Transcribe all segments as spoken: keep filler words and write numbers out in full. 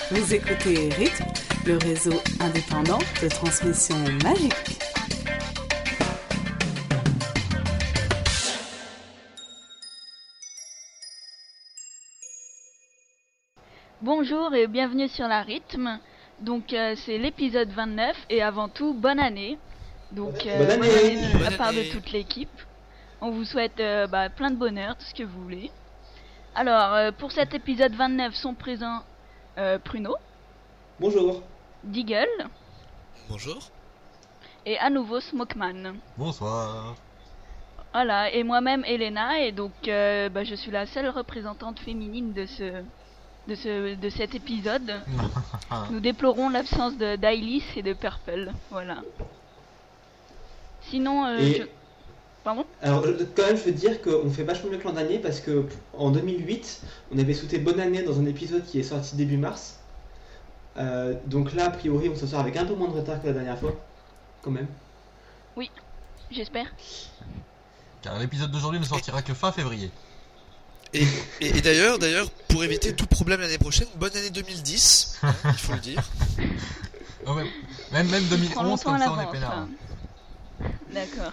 Vous écoutez Rythme, le réseau indépendant de transmission magique. Bonjour et bienvenue sur la Rythme. Donc euh, c'est l'épisode vingt-neuf et avant tout bonne année. Donc euh, bonne année, bonne année de bonne la part année. de toute l'équipe. On vous souhaite euh, bah, plein de bonheur, tout ce que vous voulez. Alors euh, pour cet épisode vingt-neuf sont présents euh, Pruno, Bonjour. Deagle Bonjour. et à nouveau Smokeman. Bonsoir. Voilà, et moi-même Elena, et donc euh, bah, je suis la seule représentante féminine de ce de ce de cet épisode. Nous déplorons l'absence de d'Ailis et de Purple. Voilà. Sinon, euh, Et- je... Pardon ? Alors, je- quand même, je veux dire qu'on fait vachement mieux que l'an dernier parce que en deux mille huit, on avait souhaité bonne année dans un épisode qui est sorti début mars. Euh, donc là, a priori, on s'en sort avec un peu moins de retard que la dernière fois, quand même. J'espère. Car l'épisode d'aujourd'hui ne sortira que fin février. Et, et, et d'ailleurs, d'ailleurs, pour éviter tout problème l'année prochaine, bonne année deux mille dix, hein, il faut le dire. Oh, même, même, même deux mille Prends onze, longtemps à comme ça on est l'avance, peinard. là. D'accord.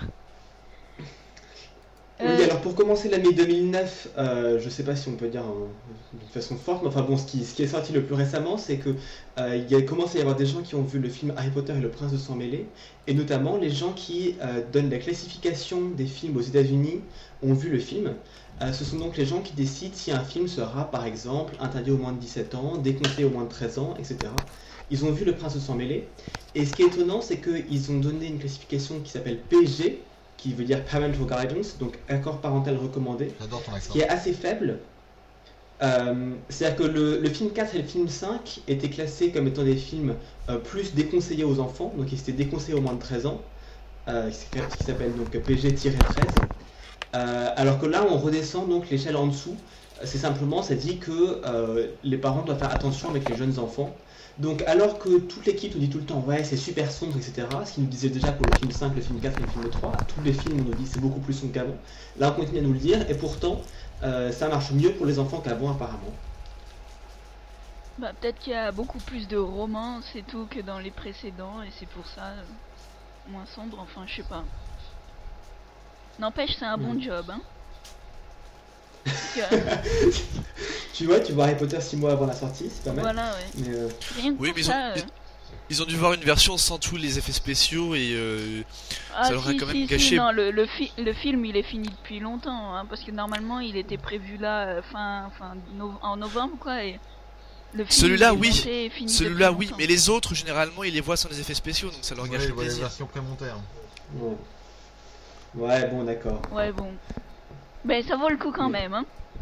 Oui, Euh, alors pour commencer l'année deux mille neuf, euh, je sais pas si on peut dire euh, de façon forte, mais enfin bon, ce qui, ce qui est sorti le plus récemment, c'est que euh, il y a commencé à y avoir des gens qui ont vu le film Harry Potter et le Prince de Sang Mêlé, et notamment les gens qui euh, donnent la classification des films aux États-Unis ont vu le film. Euh, ce sont donc les gens qui décident si un film sera, par exemple, interdit aux moins de dix-sept ans, déconseillé aux moins de treize ans, et cetera. Ils ont vu le Prince de Sang Mêlé, et ce qui est étonnant, c'est qu'ils ont donné une classification qui s'appelle P G, qui veut dire Parental Guidance, donc accord parental recommandé, J'adore ton accent. qui est assez faible. Euh, C'est-à-dire que le, le film quatre et le film cinq étaient classés comme étant des films euh, plus déconseillés aux enfants, donc ils étaient déconseillés aux moins de treize ans, euh, ce qui s'appelle donc P G treize. Euh, alors que là, on redescend donc l'échelle en dessous. C'est simplement, ça dit que euh, les parents doivent faire attention avec les jeunes enfants. Donc, alors que toute l'équipe nous dit tout le temps, ouais, c'est super sombre, et cetera, ce qu'ils nous disaient déjà pour le film cinq, le film quatre et le film trois, tous les films, on nous dit c'est beaucoup plus sombre qu'avant. Là, on continue à nous le dire, et pourtant, euh, ça marche mieux pour les enfants qu'avant, apparemment. Bah, peut-être qu'il y a beaucoup plus de romance et tout que dans les précédents, et c'est pour ça euh, moins sombre, enfin je sais pas. N'empêche, c'est un bon Mhm. job, hein. Parce que, Tu vois, tu vois Harry Potter six mois avant la sortie, c'est pas mal. voilà, ouais. Mais euh, Rien que Oui, pour mais ils ont- ça. euh, Ils ont dû voir une version sans tous les effets spéciaux et euh, Ah, ça leur a si, quand même si, si, gâché. non, le, le, fi- le film il est fini depuis longtemps, hein, parce que normalement il était prévu là euh, fin, fin no- en novembre quoi. Et le film, Celui-là, il est oui. monté et fini Celui-là, depuis oui, longtemps. mais les autres, généralement, ils les voient sans les effets spéciaux, donc ça leur gâche Ouais, le ouais, la plaisir. version prémontée. hein. ouais. Ouais, bon, d'accord. Ouais, bon. Ben ça vaut le coup quand Oui. même, hein.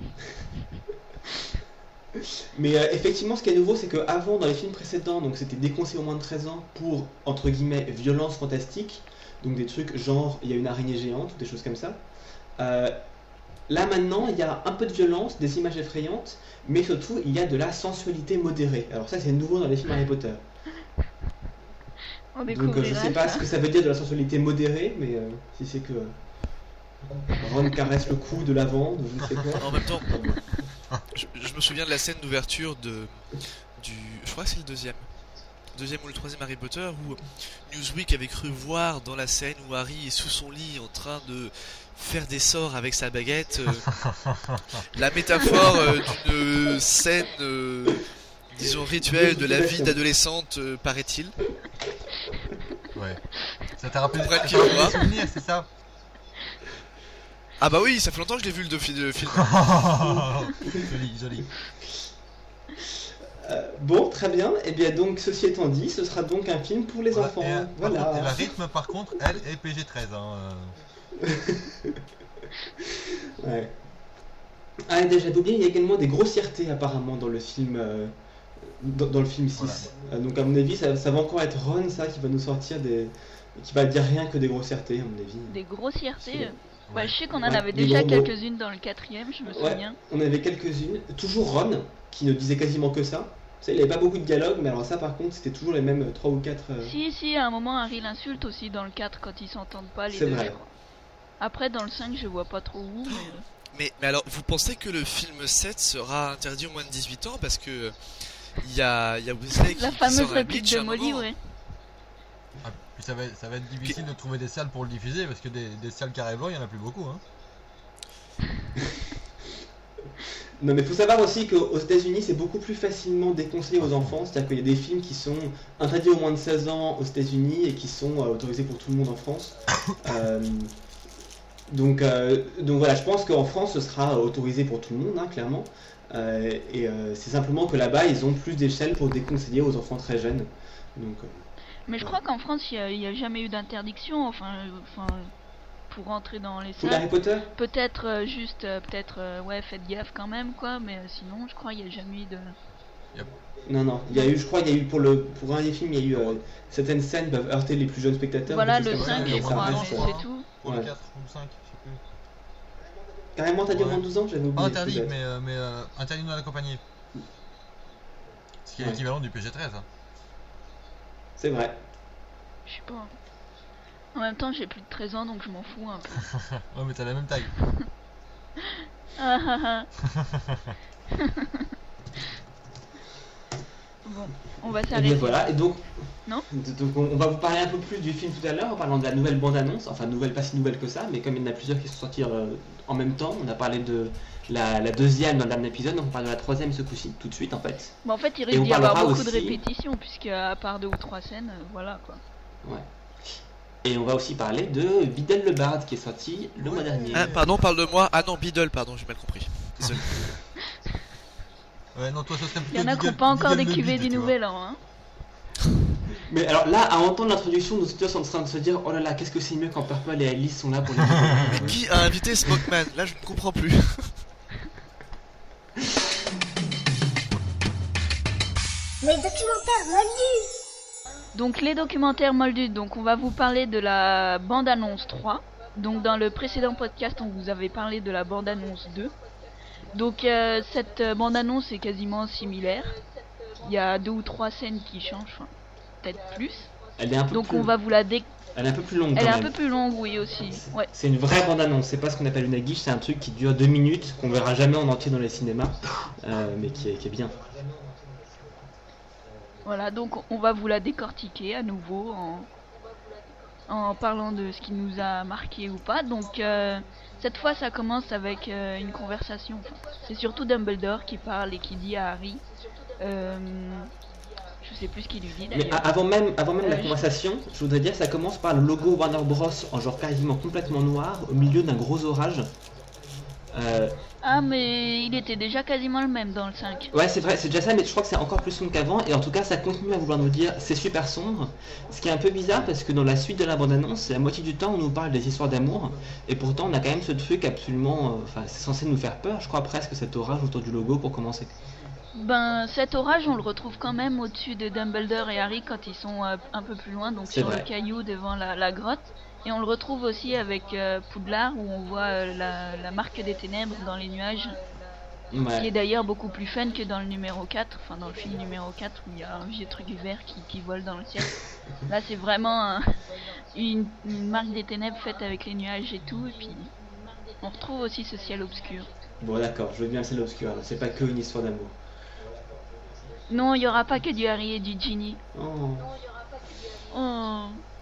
Mais euh, effectivement, ce qui est nouveau, c'est qu'avant, dans les films précédents, donc c'était déconseillé aux moins de treize ans pour, entre guillemets, violence fantastique, donc des trucs genre, il y a une araignée géante, ou des choses comme ça. Euh, là, maintenant, il y a un peu de violence, des images effrayantes, mais surtout, il y a de la sensualité modérée. Alors ça, c'est nouveau dans les films Harry Potter. On Donc euh, je découvrira sais pas ça. ce que ça veut dire de la sensualité modérée, mais euh, si c'est que Ron caresse le cou de l'avant, de je ne sais quoi. En même temps, je, je me souviens de la scène d'ouverture de du, je crois que c'est le deuxième, deuxième ou le troisième Harry Potter où Newsweek avait cru voir dans la scène où Harry est sous son lit en train de faire des sorts avec sa baguette euh, la métaphore euh, d'une scène, euh, disons rituelle de la vie d'adolescente, euh, paraît-il. Ouais. Ça t'a rappelé, Comprenne ça qui t'a rappelé voit. des souvenirs, c'est ça? Ah bah oui, ça fait longtemps que je l'ai vu le, dofi- le film. Joli, joli. Euh, bon, très bien. Et bien donc, ceci étant dit, ce sera donc un film pour les Voilà, enfants. et, euh, par Voilà. contre, et la rythme, par contre, elle est P G treize. Hein. euh. Ouais. Ah, et déjà, j'avais oublié, il y a également des grossièretés apparemment dans le film, euh, dans, dans le film six. Voilà. Euh, donc, à mon avis, ça, ça va encore être Ron, ça, qui va nous sortir des. Qui va dire rien que des grossièretés, à mon avis. Des grossièretés. euh. Bah, Ouais. je sais qu'on en Ouais, avait des déjà gros mots. quelques-unes dans le quatrième, je me Ouais. souviens. On avait quelques-unes. Toujours Ron, qui ne disait quasiment que ça. Tu sais, il n'avait pas beaucoup de dialogue, mais alors ça, par contre, c'était toujours les mêmes trois ou quatre. euh, Si, si, à un moment, Harry l'insulte aussi dans le quatre quand ils s'entendent pas les C'est deux, vrai. je crois. Après, dans le cinq, je vois pas trop où, mais... Mais, mais alors, vous pensez que le film sept sera interdit aux moins de dix-huit ans? Parce que il y a, il y a Weasley qui, La qui fameuse sort un réplique bitch à de un Molly, moment. ouais. Ah, puis ça va, ça va être difficile de trouver des salles pour le diffuser parce que des, des salles carré blanc, il y en a plus beaucoup. Hein. Non, mais il faut savoir aussi qu'aux États-Unis, c'est beaucoup plus facilement déconseillé aux enfants. C'est-à-dire qu'il y a des films qui sont interdits aux moins de seize ans aux États-Unis et qui sont euh, autorisés pour tout le monde en France. Euh, donc, euh, donc voilà, je pense qu'en France, ce sera autorisé pour tout le monde, hein, clairement. Euh, et euh, c'est simplement que là-bas, ils ont plus d'échelles pour déconseiller aux enfants très jeunes. Donc, euh, Mais je crois qu'en France, il n'y a, a jamais eu d'interdiction, enfin, euh, enfin, pour rentrer dans les pour Harry salles. Potter Peut-être euh, juste, euh, peut-être, euh, ouais, faites gaffe quand même, quoi, mais euh, sinon, je crois qu'il n'y a jamais eu de... Non, non, il y a eu, je crois, il y a eu pour le pour un des films, il y a eu euh, certaines scènes peuvent heurter les plus jeunes spectateurs. Voilà, des le choses comme ça, cinq, mais je ça crois, reste, mais euh, c'est tout. Pour Ouais. le quatre ou le cinq, je sais plus. Carrément, t'as dit au Ouais. moins de douze ans, j'avais oublié. Pas interdit, peut-être. mais, euh, mais euh, interdit dans la compagnie. Ce qui est Ouais. l'équivalent du P G treize. Hein. C'est vrai. Je sais pas. En même temps, j'ai plus de treize ans, donc je m'en fous un peu. Ouais, mais t'as la même taille. Ah, ah, ah. Bon, on va Et bien s'arrêter. voilà, et donc, Non donc on, on va vous parler un peu plus du film tout à l'heure en parlant de la nouvelle bande-annonce, enfin nouvelle, pas si nouvelle que ça, mais comme il y en a plusieurs qui sont sortis euh, en même temps, on a parlé de la, la deuxième dans le dernier épisode, donc on parle de la troisième ce coup-ci, tout de suite en fait. Bon, en fait, il Et risque on d'y avoir parlera beaucoup de aussi- répétitions, puisque à part deux ou trois scènes, euh, voilà quoi. Ouais. Et on va aussi parler de Biddle le Bard qui est sorti le mois dernier. Ah, pardon, parle de moi. Ah non, Beedle, pardon, j'ai mal compris. Désolé. Ouais, non, toi, ça serait Il plutôt. y en a qui Beagle- n'ont pas encore Beagle des le cuvées bide, du tu vois. nouvel an, hein. Mais alors là, à entendre l'introduction, nos auditeurs sont en train de se dire, oh là là, qu'est-ce que c'est mieux quand Purple et Alice sont là pour les Mais qui a invité Smokeman? Là, je ne comprends plus. Les documentaires Moldu. Donc les documentaires moldus, donc on va vous parler de la bande-annonce trois. Donc dans le précédent podcast, on vous avait parlé de la bande-annonce deux. Donc euh, cette euh, bande-annonce est quasiment similaire. Il y a deux ou trois scènes qui changent, enfin, peut-être plus. Elle est un peu Donc plus... on va vous la dé... Elle est un peu plus longue Elle quand est un même. peu plus longue, oui aussi. Ouais. C'est une vraie bande-annonce, c'est pas ce qu'on appelle une aguiche, c'est un truc qui dure deux minutes, qu'on verra jamais en entier dans les cinémas, euh, mais qui est, qui est bien. Voilà, donc on va vous la décortiquer à nouveau en, en parlant de ce qui nous a marqué ou pas. Donc euh, cette fois ça commence avec euh, une conversation. Enfin, c'est surtout Dumbledore qui parle et qui dit à Harry, euh, je sais plus ce qu'il lui dit Mais d'ailleurs. a- avant même, avant même Euh, la je- conversation, je voudrais dire, ça commence par le logo Warner Bros en genre quasiment complètement noir, au milieu d'un gros orage. Euh, Ah mais il était déjà quasiment le même dans le cinq. ouais, c'est vrai, c'est déjà ça, mais je crois que c'est encore plus sombre qu'avant, et en tout cas, ça continue à vouloir nous dire c'est super sombre. Ce qui est un peu bizarre parce que dans la suite de la bande-annonce, c'est la moitié du temps on nous parle des histoires d'amour, et pourtant on a quand même ce truc absolument, euh, enfin, c'est censé nous faire peur, je crois presque cet orage autour du logo pour commencer. Ben cet orage on le retrouve quand même au-dessus de Dumbledore et Harry quand ils sont euh, un peu plus loin, donc C'est sur vrai. le caillou devant la, la grotte. Et on le retrouve aussi avec euh, Poudlard où on voit euh, la, la marque des ténèbres dans les nuages. Ce qui est Ouais. d'ailleurs beaucoup plus fun que dans le numéro quatre, enfin dans le film numéro quatre où il y a un vieux truc vert qui, qui vole dans le ciel. Là c'est vraiment un- une, une marque des ténèbres faite avec les nuages et tout, et puis on retrouve aussi ce ciel obscur. Bon d'accord, je veux bien c'est l'obscur, alors c'est pas que une histoire d'amour. Non, il n'y aura pas que du Harry et du Ginny. Oh. Oh.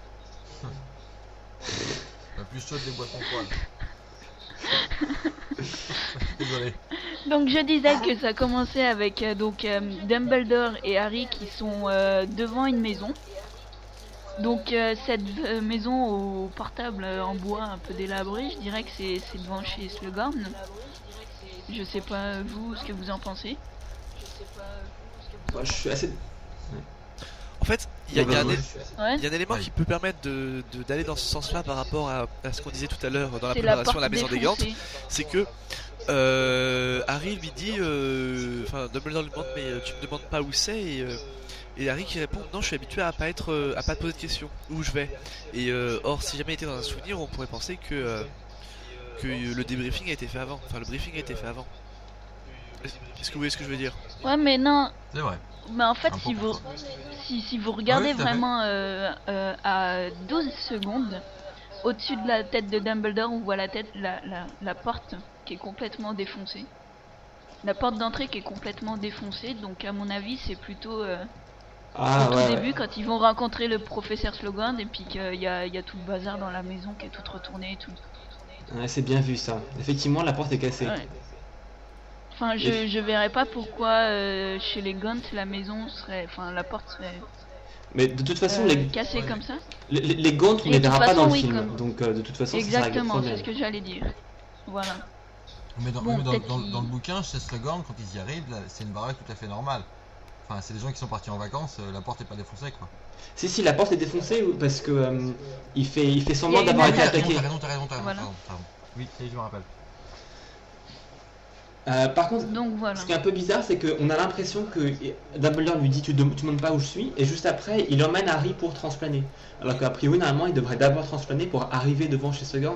La plus chaude des boissons froides. Désolé. Donc je disais que ça commençait avec euh, donc euh, Dumbledore et Harry qui sont euh, devant une maison. Donc euh, cette euh, maison au portable euh, en bois un peu délabré, je dirais que c'est c'est devant chez Slughorn. Je sais pas vous ce que vous en pensez. Moi, je suis assez... En fait, il y, a- il y a un Ouais, é- je suis assez- Ouais. il y a un élément Oui. qui peut permettre de- de- d'aller dans ce sens-là par rapport à, à ce qu'on disait tout à l'heure dans la C'est la préparation porte à la maison des Gantes. défoncée. C'est que euh, Harry lui dit, euh, enfin Dumbledore lui demande mais euh, tu me demandes pas où c'est et, euh, et Harry qui répond non je suis habitué à pas être, euh, à pas te poser de questions où je vais. Et euh, or si jamais il était dans un souvenir on pourrait penser que euh, que le débriefing a été fait avant, enfin le briefing a été fait avant. Est-ce que vous voyez ce que je veux dire? Ouais mais non, C'est vrai. mais en fait Un peu si vous pour si, si vous regardez Ah oui, tout à fait. vraiment euh, euh, à douze secondes au-dessus de la tête de Dumbledore, on voit la tête la, la, la porte qui est complètement défoncée. la porte d'entrée qui est complètement défoncée, donc à mon avis c'est plutôt euh, Ah au ouais, tout ouais. début quand ils vont rencontrer le professeur Slogan et puis qu'il y a, il y a tout le bazar dans la maison qui est toute retournée et tout. Ouais, c'est bien vu ça. Effectivement, la porte est cassée. Ouais. Enfin, je, Et- je verrais pas pourquoi euh, chez les Gaunt la maison serait, enfin la porte serait Mais de toute façon, euh, les, cassée ouais. comme ça. les, les- les Gaunt, on Et les de toute verra pas façon, dans le oui, film. comme- Donc euh, de toute façon, ça sera réglé le Exactement, c'est problème. ce que j'allais dire. Voilà. Mais dans, Bon, mais dans, peut-être dans- qu'il- dans le bouquin, chez Slogan, quand ils y arrivent, là, c'est une baraque tout à fait normale. Enfin, c'est des gens qui sont partis en vacances, euh, la porte est pas défoncée quoi. Si, si, la porte est défoncée ou- parce que euh, il fait, il fait Il y semblant a une d'avoir Ah été oui, attaque. t'as raison, attaqué. t'as raison, t'as raison, t'as raison, Voilà. pardon, pardon. Oui, ça y est, je me rappelle. Euh, par contre, Donc voilà. ce qui est un peu bizarre, c'est qu'on a l'impression que Dumbledore lui dit tu ne demandes pas où je suis, et juste après, il emmène Harry pour transplaner. Alors qu'a priori, normalement, il devrait d'abord transplaner pour arriver devant chez Slughorn.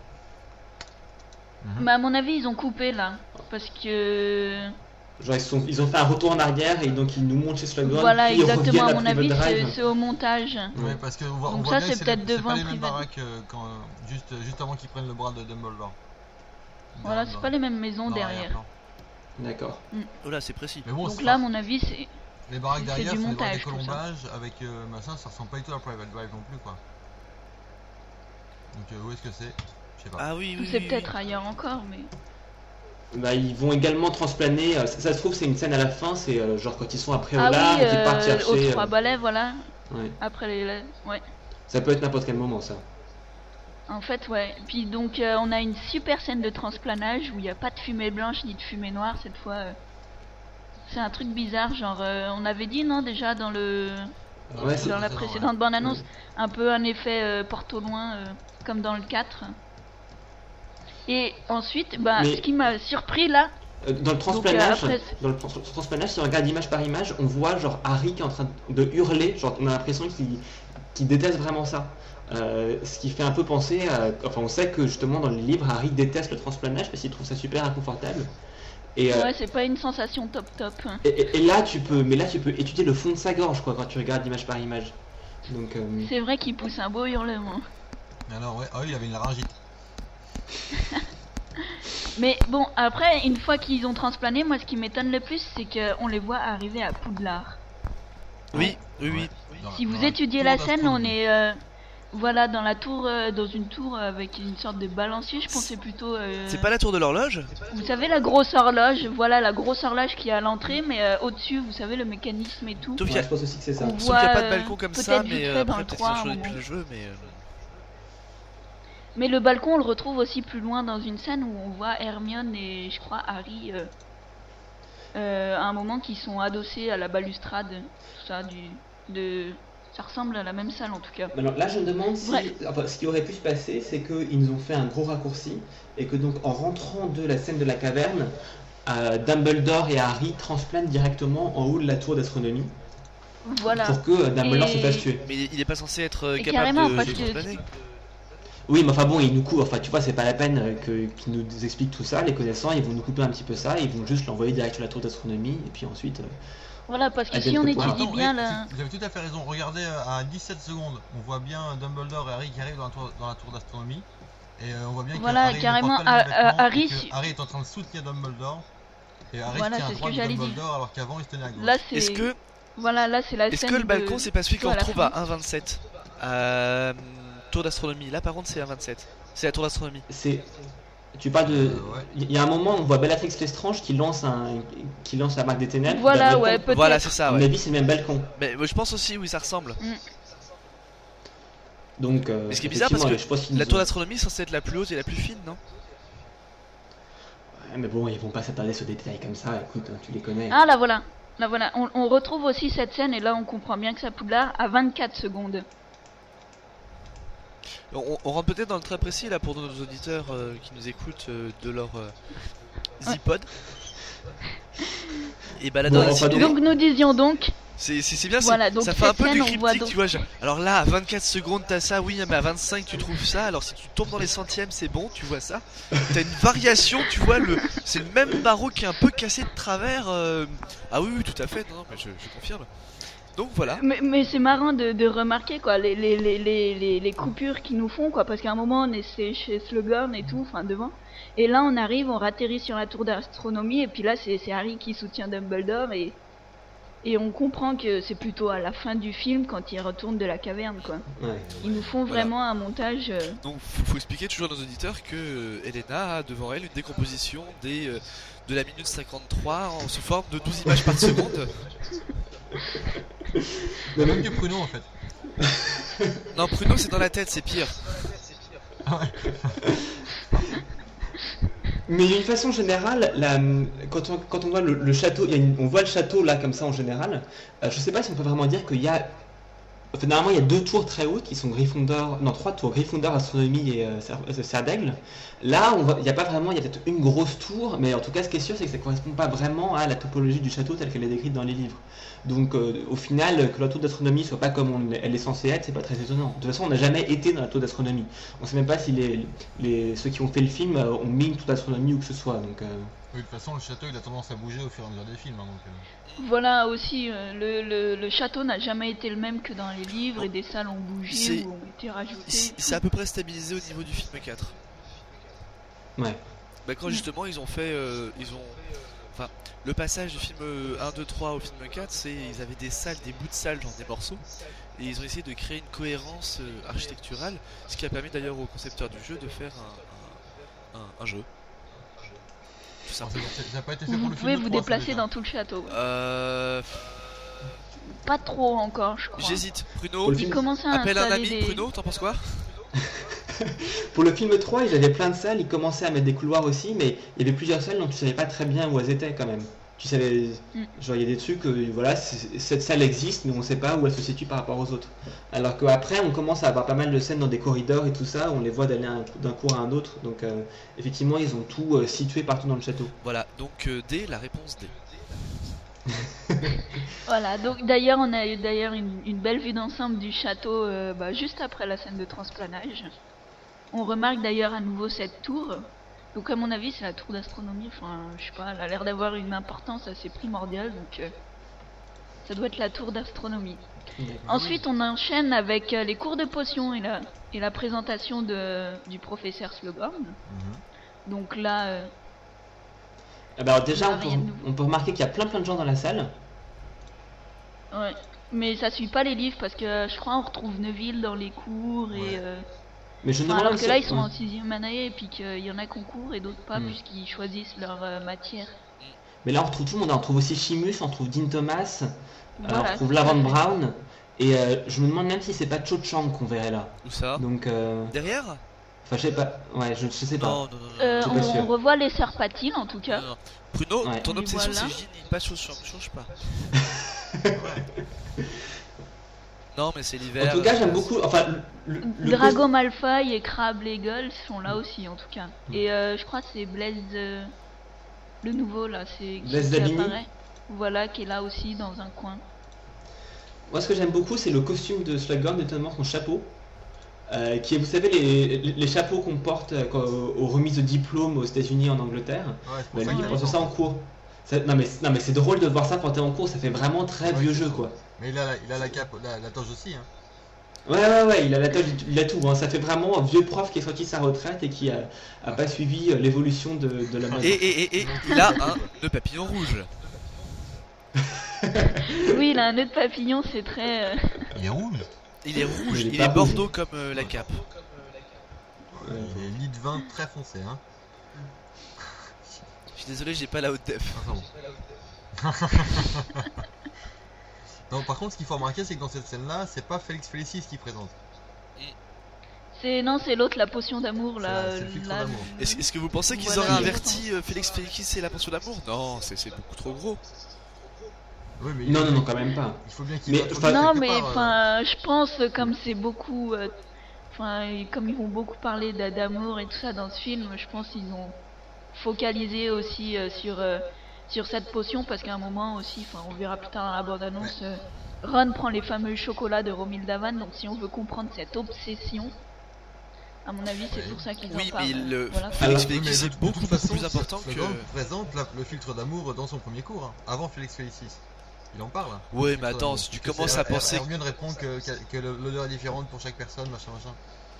Mhm. Mais à mon avis ils ont coupé là, parce que Genre, ils, sont, ils ont fait un retour en arrière et donc ils nous montrent chez Slughorn. voilà puis ils exactement reviennent à mon après avis le c'est drive. c'est au montage. Ouais, parce que on voit, on Donc voit ça, bien que c'est c'est peut-être les- c'est devant pas les mêmes Privet. baraques euh, quand, euh, juste, juste avant qu'ils prennent le bras de Dumbledore. Voilà, Dans- c'est pas les mêmes maisons dans derrière. l'arrière-plan. D'accord. Oh là, c'est précis. Mais bon, Donc c'est là, à pas- mon avis, c'est les baraques c'est derrière du sont des baraques de montage, tout ça. colombage avec euh, machin, ça ressemble pas du tout à Private Drive non plus quoi. Donc euh, où est-ce que c'est? Je sais pas. Ah oui, oui. c'est oui, peut-être oui. ailleurs encore, mais Bah, ils vont également transplaner. euh, Ça, ça se trouve, c'est une scène à la fin, c'est euh, genre quand ils sont après ah au lard oui, et qu'ils partent euh, chercher. aux trois euh, balais, voilà. ouais. Après les, ouais. Ça peut être n'importe quel moment, ça. En fait, ouais. Puis donc, euh, on a une super scène de transplanage où il n'y a pas de fumée blanche ni de fumée noire cette fois. euh. C'est un truc bizarre, genre euh, on avait dit non déjà dans le Dans Ouais, le c'est- dans la précédent, précédente bande annonce, un peu un effet euh, porte au loin euh, comme dans le quatre. Et ensuite, bah, Mais- ce qui m'a surpris là, Euh, Dans le transplanage, après, dans le trans- transplanage, si on regarde image par image, on voit genre Harry qui est en train de hurler, genre on a l'impression qu'il qu'il déteste vraiment ça. Euh, ce qui fait un peu penser à... Enfin, on sait que justement dans les livres, Harry déteste le transplanage parce qu'il trouve ça super inconfortable. Et, euh, ouais, c'est pas une sensation top top. et, et- et là, tu peux, mais là, tu peux étudier le fond de sa gorge, quoi, quand tu regardes image par image. Donc, euh, C'est vrai qu'il pousse un beau hurlement. Mais alors ouais, ah oui, il avait une laryngite. Mais bon, après, une fois qu'ils ont transplané, moi ce qui m'étonne le plus, c'est qu'on les voit arriver à Poudlard. Oui, oui, oui. Dans- Si dans vous la étudiez tour la scène, on d'astronomie. est euh, voilà dans la tour, euh, dans une tour avec une sorte de balancier. Je pensais plutôt. euh, C'est pas la tour de l'horloge? Vous savez la grosse horloge, voilà la grosse horloge qui est à l'entrée, mais euh, au-dessus, vous savez le mécanisme et tout. Sauf qu'il y ouais, a, je pense aussi que c'est ça. On sauf qu'il y a voit, pas de euh, balcon comme peut-être ça, vite mais fait euh, dans après le peut-être trois, qu'ils ont à un changé depuis moment. le jeu, mais. euh, Mais le balcon, on le retrouve aussi plus loin dans une scène où on voit Hermione et je crois Harry euh, euh, à un moment qui sont adossés à la balustrade, tout ça du de ça ressemble à la même salle en tout cas. Mais alors là, je me demande si. Ouais. Enfin, ce qui aurait pu se passer, c'est qu'ils nous ont fait un gros raccourci et que donc en rentrant de la scène de la caverne, euh, Dumbledore et Harry transplantent directement en haut de la tour d'astronomie Voilà. pour que euh, Dumbledore Et- se fasse tuer. Mais il est pas censé être euh, Et capable carrément, de, parce de que- transplaner. Oui, mais enfin bon, ils nous coupent. Enfin, tu vois, c'est pas la peine euh, que qu'ils nous expliquent tout ça. Les connaissants, ils vont nous couper un petit peu ça. Ils vont juste l'envoyer direct sur la tour d'astronomie et puis ensuite. euh, Voilà, parce que Ah, si on quelque part. étudie Attends, bien oui, la Vous avez tout à fait raison. Regardez euh, à dix-sept secondes, on voit bien Dumbledore et Harry qui arrivent dans la tour, dans la tour d'astronomie. Et euh, on voit bien que Voilà, Harry ne carrément, porte pas les mêmes à- à- vêtements Harry et que su- Harry est en train de soutenir Dumbledore. Et Harry Voilà, se tient c'est à ce droite que de j'allais dire. Dumbledore alors qu'avant il se tenait à gauche. là c'est Est-ce que, voilà, là c'est la est-ce scène que le de- balcon c'est pas celui qu'on à la retrouve fin. à un vingt-sept euh, Tour d'astronomie. Là par contre c'est un vingt-sept. C'est la tour d'astronomie. C'est. Tu parles de. Euh, ouais. Il y a un moment, on voit Bellatrix Lestrange qui lance un, qui lance la marque des ténèbres. Voilà, Bah, ouais, balcon. peut-être. Voilà, c'est ça, À mon ouais. avis, c'est le même balcon. Mais moi, je pense aussi, oui, ça ressemble. Donc. euh, Mais ce qui est bizarre parce que effectivement, je pense qu'ils La nous tour ont- d'astronomie est censée être la plus haute et la plus fine, non? Ouais, mais bon, ils vont pas s'attarder sur des détails comme ça. Écoute, hein, tu les connais. Ah là voilà, là voilà, on, on retrouve aussi cette scène et là on comprend bien que c'est à Poudlard à vingt-quatre secondes. On, on rentre peut-être dans le très précis là pour nos auditeurs euh, qui nous écoutent euh, de leur euh, Zipod. Et bah là Bon, dans la enfin, ciné, Donc nous disions donc, c'est c'est- c'est bien, c'est- voilà, donc ça fait un cette peu du scène, on voit cryptique, donc- tu vois. genre, alors là, à vingt-quatre secondes, t'as ça, oui, mais à vingt-cinq, tu trouves ça. Alors si tu tombes dans les centièmes, c'est bon, tu vois ça. T'as une variation, tu vois, le, c'est le même barreau qui est un peu cassé de travers. euh, Ah oui, oui, tout à fait, non, non, mais je, je confirme. Donc voilà. Mais, mais c'est marrant de, de remarquer quoi les, les, les, les, les, les coupures qu'ils nous font quoi, parce qu'à un moment on est c'est chez Slughorn et tout, enfin devant, et là on arrive, on atterrit sur la tour d'astronomie, et puis là c'est, c'est Harry qui soutient Dumbledore, et, et on comprend que c'est plutôt à la fin du film quand il retourne de la caverne quoi. Ouais. Ils nous font Voilà. vraiment un montage. euh, Donc faut, faut expliquer toujours à nos auditeurs que euh, Elena a devant elle une décomposition des, euh, de la minute cinquante-trois en sous forme de douze images par seconde. Non, Même mais- que Pruno en fait. Non, Pruno c'est dans la tête, c'est pire. Mais d'une façon générale, la, quand, on, quand on voit le, le château, il y a une- on voit le château là comme ça en général, euh, je sais pas si on peut vraiment dire qu'il y a... Enfin, normalement il y a deux tours très hautes qui sont Gryffondor, non trois tours, Gryffondor, Astronomie et euh, Serre euh, Serre d'Aigle. Là on voit, il n'y a pas vraiment, il y a peut-être une grosse tour, mais en tout cas ce qui est sûr c'est que ça ne correspond pas vraiment à la topologie du château telle qu'elle est décrite dans les livres. Donc euh, au final, que la tour d'astronomie soit pas comme on, elle est censée être, c'est pas très étonnant. De toute façon on n'a jamais été dans la tour d'astronomie. On sait même pas si les, les, ceux qui ont fait le film euh, ont mis une tour d'astronomie ou que ce soit. Donc, euh... Oui, de toute façon, le château il a tendance à bouger au fur et à mesure des films. Hein, donc, euh... Voilà aussi, euh, le, le, le château n'a jamais été le même que dans les livres, et des salles ont bougé C'est- ou ont été rajoutées. C'est c'est à peu près stabilisé au niveau du film quatre. Ouais. Bah quand justement ils ont fait, euh, ils ont, enfin, le passage du film euh, un, deux, trois au film quatre, c'est ils avaient des salles, des bouts de salles, genre des morceaux, et ils ont essayé de créer une cohérence euh, architecturale, ce qui a permis d'ailleurs aux concepteurs du jeu de faire un, un, un, un jeu. Tout Alors, simplement. c'est- ça n'a pas été fait pour Vous le pouvez film vous trois, ça, déplacer déjà. dans tout le château. Euh, Pas trop encore, je crois. J'hésite. Pour Bruno, le Ils film- commençaient à appelle un installer ami. des... Bruno, t'en penses quoi? Pour le film trois, ils avaient plein de salles, ils commençaient à mettre des couloirs aussi, mais il y avait plusieurs salles dont tu savais pas très bien où elles étaient quand même. Tu savais, Mm. genre il y a des trucs, euh, voilà, c'est- cette salle existe, mais on sait pas où elle se situe par rapport aux autres. Alors qu'après, on commence à avoir pas mal de scènes dans des corridors et tout ça, on les voit d'aller un- d'un cours à un autre, donc euh, effectivement, ils ont tout euh, situé partout dans le château. Voilà, donc euh, D, la réponse D. Voilà, donc d'ailleurs on a eu d'ailleurs une, une belle vue d'ensemble du château euh, bah, juste après la scène de transplanage. On remarque d'ailleurs à nouveau cette tour. Donc à mon avis c'est la tour d'astronomie, enfin je sais pas, elle a l'air d'avoir une importance assez primordiale, donc euh, ça doit être la tour d'astronomie. Ensuite on enchaîne avec euh, les cours de potions et la, et la présentation de, du professeur Slughorn. Mhm. Donc là, euh, Ah bah alors déjà, Ah, on peut, rien de nouveau. on peut remarquer qu'il y a plein plein de gens dans la salle. ouais. Mais ça suit pas les livres parce que euh, je crois on retrouve Neville dans les cours et... Ouais. euh, Mais je me Enfin, demande alors que si- là ils sont ouais. en sixième année et puis qu'il y en a qu'on court et d'autres pas Mm. puisqu'ils choisissent leur euh, matière. Mais là, on retrouve tout le monde, on retrouve aussi Chimus, on retrouve Dean Thomas, euh, on Voilà, retrouve tout à Lavande fait. Brown, et euh, je me demande même si c'est pas Cho Chang qu'on verrait là. Où ça? Donc, euh, Derrière? enfin, je sais pas, ouais, je, je sais pas. Non, non, non, non. Euh, Je suis on, pas sûr. on revoit les sœurs Patil en tout cas. non, non. Bruno, Ouais. ton On les obsession voit là. c'est Ginny, pas chose change, change pas. Non, mais c'est l'hiver. En tout cas, euh, j'aime beaucoup, enfin, le, le- le Drago Malfoy et Crabbe Leggle sont là aussi en tout cas. Mm. Et euh, je crois que c'est Blaise euh, le nouveau là, c'est qui, Blaise qui Zabini. apparaît. Voilà, qui est là aussi dans un coin. Moi, ce que j'aime beaucoup, c'est le costume de Slughorn, notamment son chapeau. Euh, qui est, vous savez, les, les chapeaux qu'on porte euh, quand- aux remises de diplôme aux États-Unis, en Angleterre. Ouais, c'est pour Bah, ça lui, qu'il il est porte ça en cours. Ça- non, mais, non, mais c'est drôle de voir ça quand t'es en cours, ça fait vraiment très Ouais, vieux c'est jeu, ça. quoi. Mais il a la, il a la cape, la, la toge aussi. Hein. Ouais, ouais, ouais, il a la tâche, il a tout. Hein. Ça fait vraiment un vieux prof qui est sorti de sa retraite et qui a, a pas suivi euh, l'évolution de, de la mode. Et, et, et, et il a un nœud papillon rouge. Oui, il a un nœud de papillon, c'est très. euh, Il est rouge. Il est rouge, Il est il pas est rouge. bordeaux comme euh, la cape. Ouais. Il est lit de vin très foncé. Hein. Je suis désolé, j'ai pas la haute def. Ah, c'est bon. Non, par contre, ce qu'il faut remarquer, c'est que dans cette scène-là, c'est pas Félix Félicis qui présente. C'est non, c'est l'autre, la potion d'amour C'est là. la- c'est le filtre là, d'amour. Est-ce est-ce que vous pensez qu'ils Voilà, auraient il est inverti euh, Félix Félix et la pension d'amour? Non, c'est c'est beaucoup trop gros. Oui, mais Non, non, non, quand même pas. Il faut bien qu'il Mais, soit enfin, Non, quelque mais part, euh, enfin, je pense euh, comme c'est beaucoup, euh, enfin, et comme ils vont beaucoup parler d'a- d'amour et tout ça dans ce film, je pense qu'ils ont focalisé aussi euh, sur euh, sur cette potion parce qu'à un moment aussi, enfin, on verra plus tard dans la bande-annonce, euh, Ron prend les fameux chocolats de Romilda Van, donc si on veut comprendre cette obsession, à mon avis, c'est Oui. pour ça qu'ils Oui, en parlent. mais le Voilà. Félix Alors, oui, mais Félix de- est de beaucoup toute beaucoup façon, plus important que. Slogan présente la- le filtre d'amour dans son premier cours, hein, avant Félix Félicis. Il en parle. Ouais, mais attends, si tu Que commences c'est- à penser. Hermione répond que, que, que l'odeur est différente pour chaque personne, machin, machin.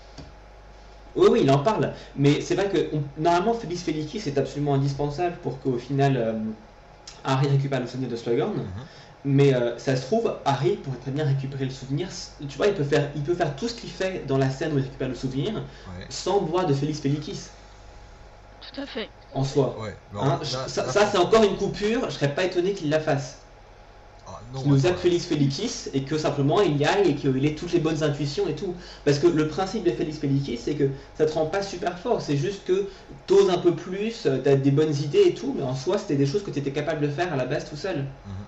Oui, oui, il en parle. Mais c'est vrai que on- normalement, Felis Felicis est absolument indispensable pour qu'au final euh, Harry récupère le souvenir de Slughorn. Mhm. Mais euh, ça se trouve, Harry pourrait très bien récupérer le souvenir. Tu vois, il peut faire, il peut faire tout ce qu'il fait dans la scène où il récupère le souvenir Ouais. sans boire de Felis Felicis Tout à fait. en soi. Ouais. Mais Hein, alors, je- là- ça, là, ça, c'est encore une coupure. Je serais pas étonné qu'il la fasse. Ah, non, Qu'il nous attends, aide Felis Felicis et que simplement il y aille et qu'il ait toutes les bonnes intuitions et tout. Parce que le principe de Felis Felicis, c'est que ça te rend pas super fort. C'est juste que t'oses un peu plus, euh, t'as des bonnes idées et tout, mais en soi, c'était des choses que tu étais capable de faire à la base tout seul. Mhm.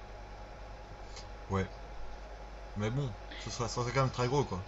Ouais. Mais bon, ce serait, ça serait quand même très gros quoi.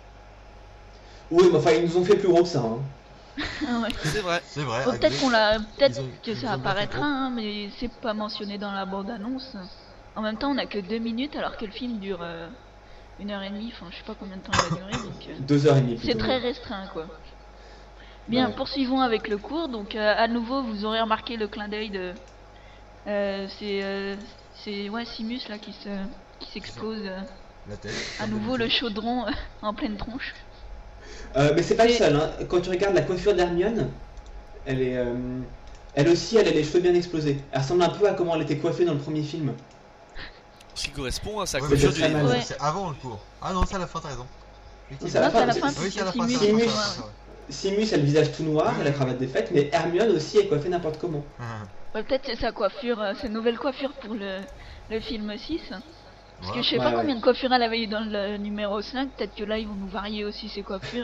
Oui, mais enfin, ils nous ont fait plus gros que ça. Hein. Ah ouais. C'est vrai. C'est vrai. Bon, avec peut-être des- qu'on l'a, peut-être ils ont- que ils ça ont apparaîtra, pas fait hein, mais c'est pas mentionné dans la bande-annonce. En même temps, on a que deux minutes alors que le film dure euh, une heure et demie. Enfin, je sais pas combien de temps il va durer, donc euh, Deux heures et demie. c'est plutôt. très restreint, quoi. Bien, Ouais. poursuivons avec le cours. Donc, euh, à nouveau, vous aurez remarqué le clin d'œil de, euh, c'est, euh, c'est ouais, Simus là qui se, qui s'explose. euh, La tête. à nouveau le chaudron euh, en pleine tronche. Euh, mais c'est pas le Et- seul. Hein. Quand tu regardes la coiffure d'Hermione, elle est, euh, elle aussi, elle a les cheveux bien explosés. Elle ressemble un peu à comment elle était coiffée dans le premier film. Ce qui correspond à sa Ouais, coiffure mais du c'est livre. très mal. Ouais. C'est avant le cours. Ah non, c'est à la fin, t'as raison. Non, c'est à la Non, c'est à fin, la c'est- fin, c'est- Oui, parce c'est à la que fin. Simus, c'est à la fin, Simus. c'est à la fin, ouais. Simus a le visage tout noir, Oui, elle a la oui. cravate défaite, mais Hermione aussi est coiffée n'importe comment. Ouais, peut-être c'est sa coiffure, euh, sa nouvelle coiffure pour le, le film six. Parce que je sais Ouais, pas ouais. combien de coiffures elle avait eu dans le numéro cinq, peut-être que là ils vont nous varier aussi ses coiffures.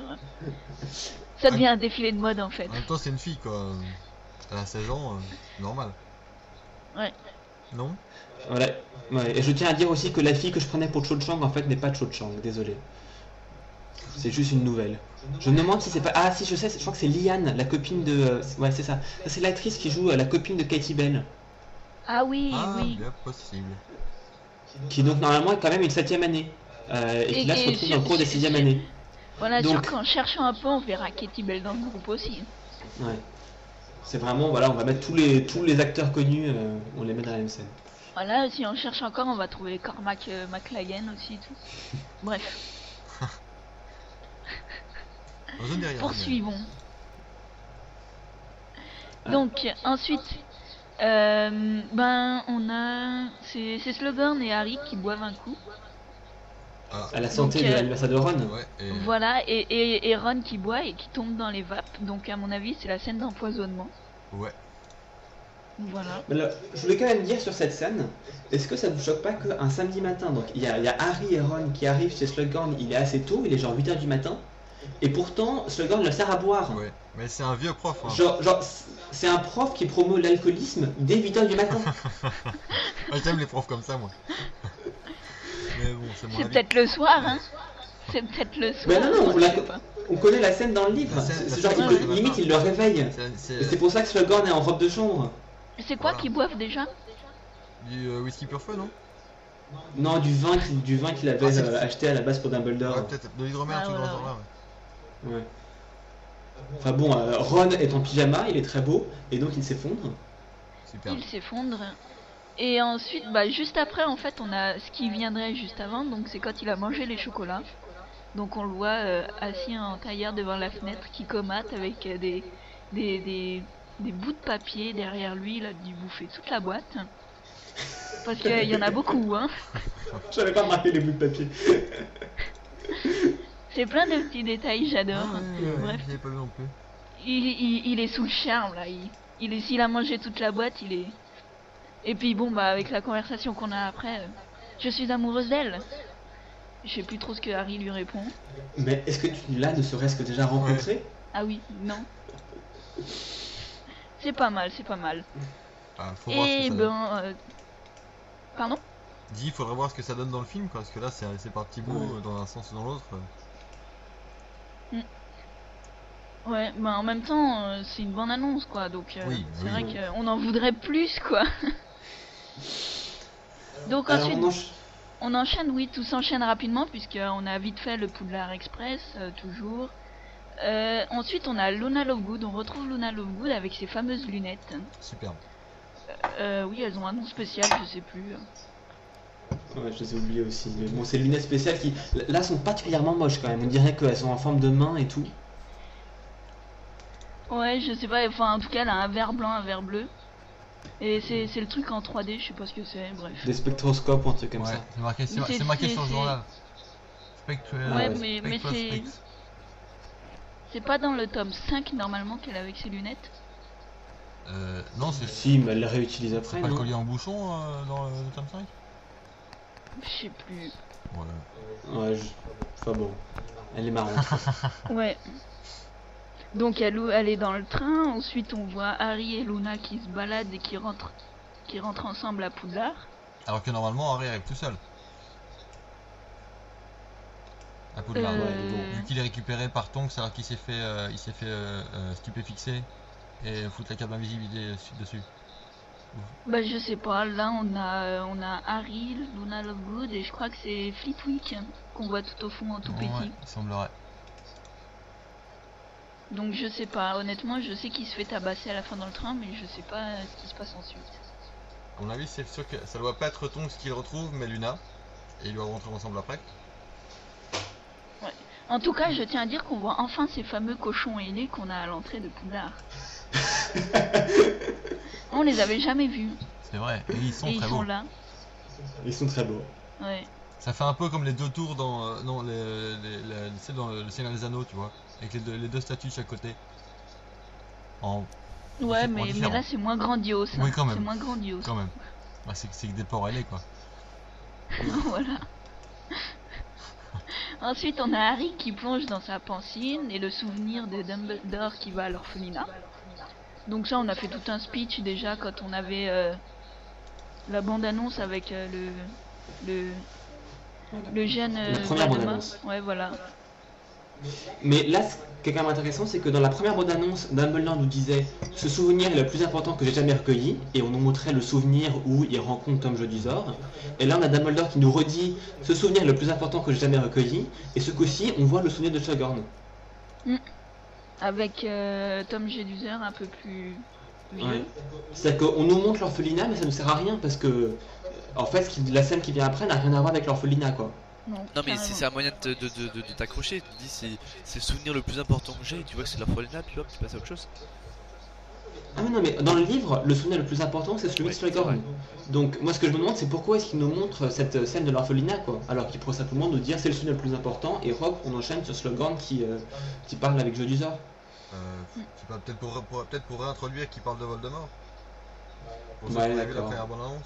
Ça devient un défilé de mode en fait. En même temps, c'est une fille quoi. Elle a seize ans, euh, normal. Ouais. Non? Voilà. Ouais. Et je tiens à dire aussi que la fille que je prenais pour Cho Chang en fait n'est pas Cho Chang, désolé. C'est juste une nouvelle. Je me demande si c'est pas. Ah si, je sais, je crois que c'est Liane, la copine de. euh, Ouais, c'est ça. Ça, c'est l'actrice qui joue euh, la copine de Katie Bell, Ah oui, Ah, oui. bien possible. qui donc normalement est quand même une septième année. Euh, et qui Et- là se et retrouve sur- dans le cours des sur- sixième année. Voilà, Donc- sûr qu'en cherchant un peu, on verra Katie Bell dans le groupe aussi. Ouais. C'est vraiment, voilà, on va mettre tous les, tous les acteurs connus, euh, on les met dans la même scène. Voilà, si on cherche encore, on va trouver Cormac euh, McLagan aussi. et Tout. Bref, Je ne dis rien. poursuivons. Ah. Donc, ensuite, euh, ben, on a. C'est c'est Slughorn et Harry qui boivent un coup. Ah, À la santé Donc, de euh, l'anniversaire de Ron. ouais, et... Voilà, et, et, et Ron qui boit et qui tombe dans les vapes. Donc, à mon avis, c'est la scène d'empoisonnement. Ouais. Voilà. Mais là, je voulais quand même dire sur cette scène, est-ce que ça vous choque pas qu'un samedi matin, donc il y, a- il y a Harry et Ron qui arrivent chez Slughorn, il est assez tôt, il est genre huit heures du matin, et pourtant Slughorn leur sert à boire. Ouais. Mais c'est un vieux prof. Hein. Genre, genre c'est un prof qui promeut l'alcoolisme dès huit heures du matin. Ah, j'aime les profs comme ça, moi. Mais bon, c'est mon C'est avis. peut-être le soir, hein. C'est peut-être le soir. Mais non, non, on, je l'a- sais pas. on connaît la scène dans le livre, La scène- c'est la c'est genre, scène il du peut- matin. limite il le réveille. C'est- C'est Et c'est pour ça que Slughorn est en robe de chambre. C'est quoi Voilà. qu'ils boivent déjà? du euh, whisky pur feu, non? Non, du vin qu'il du vin qu'il avait Ah, c'est- euh, acheté à la base pour Dumbledore. Ouais, peut-être de l'hydromel, Ah, un truc voilà, dans ce genre-là. Ouais. Ouais. Enfin bon, euh, Ron est en pyjama, il est très beau, et donc il s'effondre. Super. Il s'effondre. Et ensuite, bah, juste après, en fait, on a ce qui viendrait juste avant. Donc, c'est quand il a mangé les chocolats. Donc, on le voit euh, assis en tailleur devant la fenêtre qui comate avec euh, des, des, des, des bouts de papier derrière lui. Il a dû bouffer toute la boîte. Parce qu'il y en a beaucoup, hein. J'avais pas remarqué les bouts de papier. C'est plein de petits détails, j'adore. Ah, ouais, ouais, Bref, j'avais pas vu non plus. il, il, il est sous le charme, là. Il, il est, s'il a mangé toute la boîte, il est... Et puis bon, bah, avec la conversation qu'on a après, euh, je suis amoureuse d'elle. Je sais plus trop ce que Harry lui répond. Mais est-ce que tu l'as ne serait-ce que déjà rencontré? Ah oui, non. C'est pas mal, c'est pas mal. Ah, faut voir ce que Et ça donne. ben... euh, Pardon? Dis, il faudrait voir ce que ça donne dans le film, quoi, parce que là, c'est c'est par petits bouts, Ouais. euh, dans un sens ou dans l'autre. euh. Ouais, ben en même temps, euh, c'est une bonne annonce, quoi. Donc, euh, Oui, c'est oui. vrai qu'on en voudrait plus, quoi. Donc Alors, ensuite... on encha- On enchaîne, oui, tout s'enchaîne rapidement puisqu'on a vite fait le Poudlard Express, euh, toujours. Euh, ensuite, on a Luna Lovegood, on retrouve Luna Lovegood avec ses fameuses lunettes. Superbe. Euh, oui, elles ont un nom spécial, je sais plus. Ouais, je les ai oubliés aussi. Mais bon, ces lunettes spéciales qui, là, sont particulièrement moches quand même. On dirait qu'elles sont en forme de main et tout. Ouais, je sais pas, enfin en tout cas elle a un verre blanc, un verre bleu. Et c'est c'est le truc en trois D, je sais pas ce que c'est, bref. Des spectroscopes ou un truc comme Ouais, ça. c'est marqué, c'est Mais c'est- c'est marqué c'est- sur le c'est- journal. Spectral. Ouais, ouais. mais, mais Spectral c'est Specs. c'est pas dans le tome cinq normalement qu'elle a avec ses lunettes. Euh, non, c'est Si, mais elle les réutilise c'est après, pas le non? collier en bouchon euh, dans le, le tome cinq. Je sais plus. Ouais. Ouais, je... Enfin bon, elle est marrante. Ouais. Donc elle, elle est dans le train, ensuite on voit Harry et Luna qui se baladent et qui rentrent qui rentrent ensemble à Poudlard. Alors que normalement Harry arrive tout seul. À Poudlard. Euh, ouais, Vu qu'il est récupéré par Tonks alors qu'il s'est fait, euh, il s'est fait euh, euh, stupéfixer et foutre la carte d'invisibilité dessus. Bah je sais pas, là on a on a Harry, Luna Lovegood et je crois que c'est Flitwick qu'on voit tout au fond en tout Ouais, petit. il semblerait. Donc je sais pas, honnêtement je sais qu'il se fait tabasser à la fin dans le train mais je sais pas euh, ce qui se passe ensuite. À mon avis, c'est sûr que ça doit pas être Tonks qui le retrouve, mais Luna. Et ils doivent rentrer ensemble après. En tout cas je tiens à dire qu'on voit enfin ces fameux cochons ailés qu'on a à l'entrée de Poudlard. On les avait jamais vus C'est vrai, et ils sont et ils très sont beaux. là. Ils sont très beaux. Ouais. Ça fait un peu comme les deux tours dans, euh, non, les, les, les- tu sais, dans le Seigneur des Anneaux, tu vois. Avec les deux, les deux statues de chaque côté. En, Ouais en mais, mais différent. là c'est moins grandiose. Oui, hein. quand même. C'est moins grandiose. Quand même. Bah, c'est c'est que des porcs ailés, quoi. Voilà. Ensuite, on a Harry qui plonge dans sa piscine et le souvenir de Dumbledore qui va à l'orphelinat. Donc ça, on a fait tout un speech déjà quand on avait euh, la bande-annonce avec euh, le, le le jeune euh, La première Voldemort. bande-annonce. Ouais, voilà. Mais là, ce qui est quand même intéressant, c'est que dans la première bande-annonce, Dumbledore nous disait « Ce souvenir est le plus important que j'ai jamais recueilli » et on nous montrait le souvenir où il rencontre Tom Jedusor. Et là, on a Dumbledore qui nous redit « Ce souvenir est le plus important que j'ai jamais recueilli » et ce coup-ci, on voit le souvenir de Slughorn. Avec euh, Tom Jedusor un peu plus vieux. Ouais. C'est-à-dire qu'on nous montre l'orphelinat, mais ça ne sert à rien parce que, en fait, ce qui- la scène qui vient après n'a rien à voir avec l'orphelinat, quoi. Non, Non mais carrément. c'est c'est un moyen de, de, de, de, de t'accrocher, tu te dis c'est c'est le souvenir le plus important que j'ai, tu vois que c'est de l'orphelinat, puis hop, tu passes à autre chose. Ah oui, non, mais dans le livre, le souvenir le plus important, c'est celui Ouais, de c'est Slughorn. vrai. Donc, moi, ce que je me demande, c'est pourquoi est-ce qu'il nous montre cette scène de l'orphelinat, quoi. Alors qu'il pourrait simplement nous dire c'est le souvenir le plus important, et hop, on enchaîne sur Slughorn qui, euh, qui parle avec Jedusor. Euh, je sais pas, peut-être pour, pour, peut-être pour réintroduire qui parle de Voldemort. Pour ceux Ouais, qui ont vu la d'accord. première bande-annonce.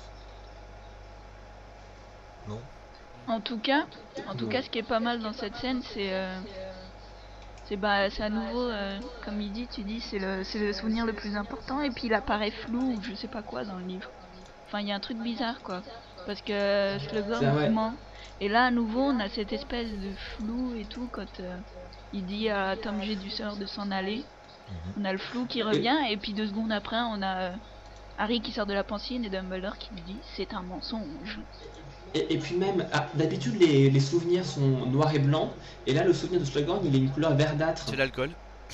Non. En tout cas, en tout Non. cas, ce qui est pas mal dans cette scène, c'est euh, c'est bah c'est à nouveau, euh, comme il dit, tu dis, c'est le c'est le souvenir le plus important, et puis il apparaît flou ou je sais pas quoi dans le livre. Enfin, il y a un truc bizarre quoi, parce que Slughorn C'est vrai. ment. Et là, à nouveau, on a cette espèce de flou et tout quand euh, il dit à Tom Jedusor de s'en aller. On a le flou qui revient, et puis deux secondes après, on a euh, Harry qui sort de la piscine et Dumbledore qui lui dit c'est un mensonge. Et, et puis même, ah, d'habitude, les, les souvenirs sont noirs et blancs, et là, le souvenir de Slughorn, il est une couleur verdâtre. C'est l'alcool.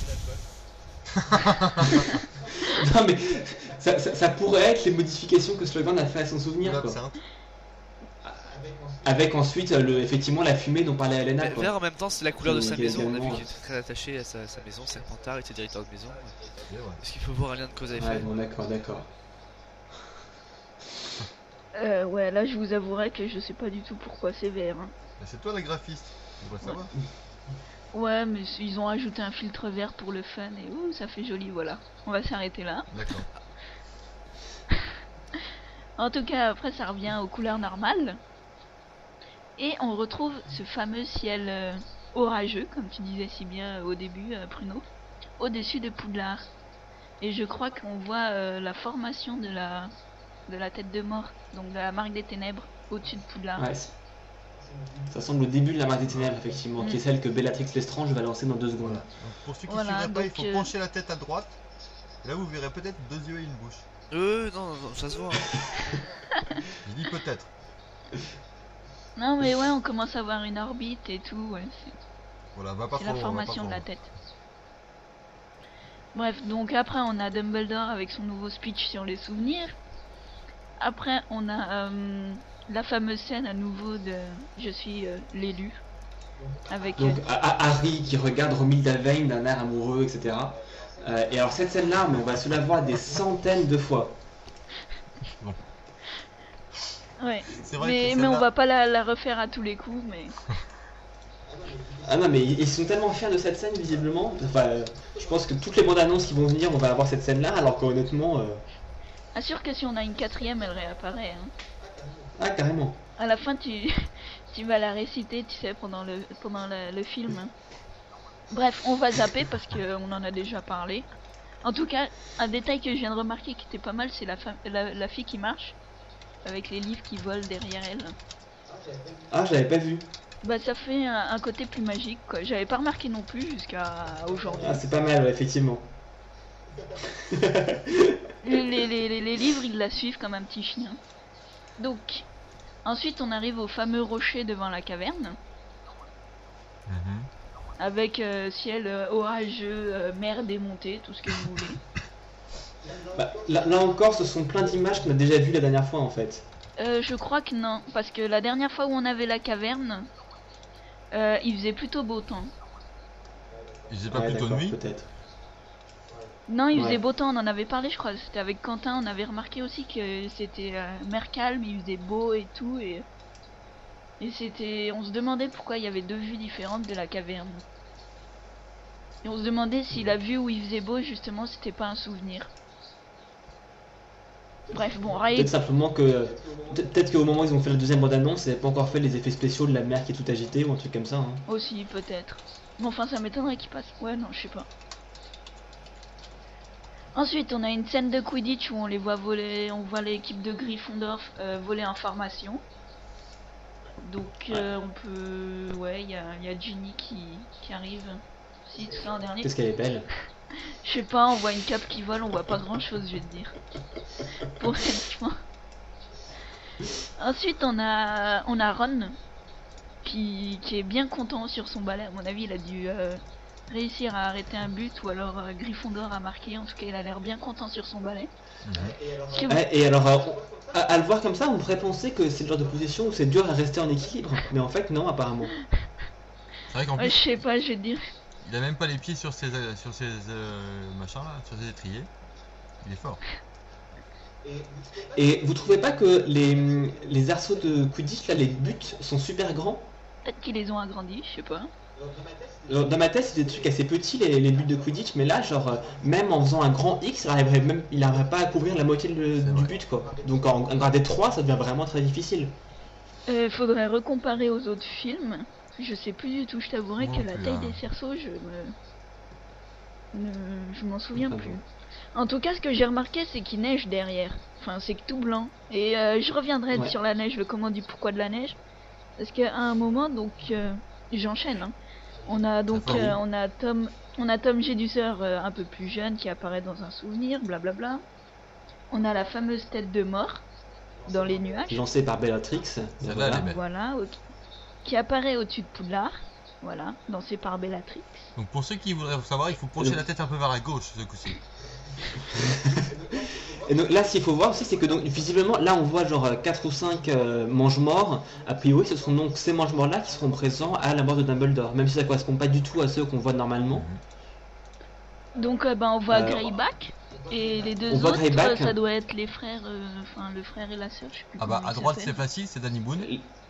Non, mais ça, ça- ça pourrait être les modifications que Slughorn a fait à son souvenir, quoi. L'absinthe. Avec ensuite, euh, le, effectivement, la fumée dont parlait Helena, Mais quoi. vert en même temps, c'est la couleur de sa Donc, maison. On a vu également- qu'il était très attaché à sa, sa maison, Serpentard, il était directeur de maison. Et ouais. Est-ce qu'il faut voir un lien de cause à effet? Ouais, bon, d'accord, d'accord. Euh, ouais, là, je vous avouerai que je sais pas du tout pourquoi c'est vert. hein. Mais c'est toi le graphiste, tu devrais savoir. Ouais, mais c- ils ont ajouté un filtre vert pour le fun et ouh, ça fait joli, voilà. On va s'arrêter là. D'accord. En tout cas, après, ça revient aux couleurs normales. Et on retrouve ce fameux ciel euh, orageux, comme tu disais si bien euh, au début, euh, Pruno, au-dessus de Poudlard. Et je crois qu'on voit euh, la formation de la, de la tête de mort, donc de la marque des ténèbres, au-dessus de Poudlard. Ouais, c'est- ça semble le début de la marque des ténèbres, effectivement, Mm. qui est celle que Bellatrix Lestrange va lancer dans deux secondes. Donc, pour ceux qui Voilà, suivraient pas, il donc, faut euh, pencher la tête à droite. Là, vous verrez peut-être deux yeux et une bouche. Euh, non, non, ça se voit. hein. Je dis peut-être. Non mais ouais, on commence à voir une orbite et tout, ouais, c'est Voilà, va pas c'est trop la loin, va pas formation trop de la loin. tête. Bref, donc après on a Dumbledore avec son nouveau speech sur les souvenirs. Après on a euh, la fameuse scène à nouveau de je suis euh, l'élu. Avec Donc euh, à- à- Harry qui regarde Romilda Vane d'un air amoureux, et cetera. Euh, et alors cette scène-là, mais on va se la voir des centaines de fois. ouais. C'est vrai Mais, que mais on celle-là- va pas la, la refaire à tous les coups, mais Ah non mais ils ils sont tellement fiers de cette scène visiblement. Enfin, euh, je pense que toutes les bandes annonces qui vont venir, on va avoir cette scène-là, alors qu'honnêtement, euh... assure que si on a une quatrième, elle réapparaît. Hein. ah carrément. À la fin, tu, tu vas la réciter, tu sais, pendant le, pendant le, le film. Hein. Bref, on va zapper parce qu'on en a déjà parlé. En tout cas, un détail que je viens de remarquer qui était pas mal, c'est la, fa- la, la fille qui marche, avec les livres qui volent derrière elle. Ah j'avais pas vu. Bah ça fait un, un côté plus magique, quoi. J'avais pas remarqué non plus jusqu'à aujourd'hui. Ah c'est pas mal, ouais, effectivement. Les, les, les, les- les livres, ils la suivent comme un petit chien. Donc, ensuite on arrive au fameux rocher devant la caverne. Mhm. Avec euh, ciel euh, orageux, euh, mer démontée, tout ce que vous voulez. Bah, là, là encore, ce sont plein d'images qu'on a déjà vues la dernière fois en fait. Euh, je crois que non, parce que la dernière fois où on avait la caverne, euh, il faisait plutôt beau temps. Il faisait pas Ouais, plutôt d'accord, nuit? peut-être. Non, il Ouais. faisait beau temps, on en avait parlé, je crois. C'était avec Quentin, on avait remarqué aussi que c'était euh, mer calme, il faisait beau et tout, et et c'était, on se demandait pourquoi il y avait deux vues différentes de la caverne. Et on se demandait si la vue où il faisait beau, justement, c'était pas un souvenir. Bref, bon, Ray, Peut-être simplement que. peut- Peut-être qu'au moment où ils ont fait la deuxième bande-annonce, ils n'avaient pas encore fait les effets spéciaux de la mer qui est tout agitée ou un truc comme ça. Hein. aussi, peut-être. Mais enfin, ça m'étonnerait qu'il passe. Ouais, non, je sais pas. Ensuite, on a une scène de Quidditch où on les voit voler, on voit l'équipe de Gryffondor euh, voler en formation. Donc, euh, on peut. Ouais, il y a, il y a Ginny qui, qui arrive. Si, tout ça en dernier. Qu'est-ce qu'elle est belle. Je sais pas, on voit une cape qui vole, on voit pas grand chose, je vais te dire. Pour honnêtement. Ensuite, on a, on a Ron qui, qui est bien content sur son balai. À mon avis, il a dû euh, réussir à arrêter un but ou alors euh, Gryffondor a marqué. En tout cas, il a l'air bien content sur son balai. Mhm. Est-ce que vous- Ouais, et alors, euh, on- à, à le voir comme ça, on pourrait penser que c'est le genre de position où c'est dur à rester en équilibre. Mais en fait, non, apparemment. C'est vrai qu'en Ouais, je plus, sais pas, je vais te dire. il a même pas les pieds sur ses, euh, sur ses euh, machins là, sur ses étriers. Il est fort. Et vous trouvez pas que les, les arceaux de Quidditch, là, les buts sont super grands? Peut-être qu'ils les ont agrandis, je sais pas. Alors, dans ma tête, c'est des trucs assez petits, les, les buts de Quidditch, mais là, genre, euh, même en faisant un grand X, il arriverait même, il arriverait pas à couvrir la moitié de- C'est du vrai. but, quoi. Donc en, en garder trois, ça devient vraiment très difficile. Euh, faudrait recomparer aux autres films. Je sais plus du tout, je t'avouerai Moi que non la plus, taille hein. des cerceaux, je me... ne- je m'en souviens Ah plus. bon. En tout cas, ce que j'ai remarqué, c'est qu'il neige derrière. Enfin, c'est que tout blanc. Et euh, je reviendrai Ouais. sur la neige, le comment du pourquoi de la neige. Parce qu'à un moment, donc, euh, j'enchaîne. Hein. On a donc, Ça va, oui. euh, on a Tom, on a Tom Jedusser euh, un peu plus jeune qui apparaît dans un souvenir, blablabla. On a la fameuse tête de mort dans les nuages. Lancé par Bellatrix. Celle-là, Voilà. elle est belle. Voilà, ok. Qui apparaît au-dessus de Poudlard. Voilà, dansé par Bellatrix. Donc pour ceux qui voudraient savoir, il faut pencher Oui. la tête un peu vers la gauche ce coup-ci. Et donc là, ce qu'il faut voir aussi, c'est que donc visiblement, là, on voit genre quatre ou cinq euh, mange-morts. A priori, ce sont donc ces mange-morts-là qui seront présents à la mort de Dumbledore, même si ça correspond pas du tout à ceux qu'on voit normalement. Donc, euh, ben, on voit Euh, Greyback. Et les deux on voit autres, Greyback. euh, ça doit être les frères, euh, enfin le frère et la sœur, je sais plus Ah bah comment à ils droite c'est s'appellent. facile, c'est Danny Boone.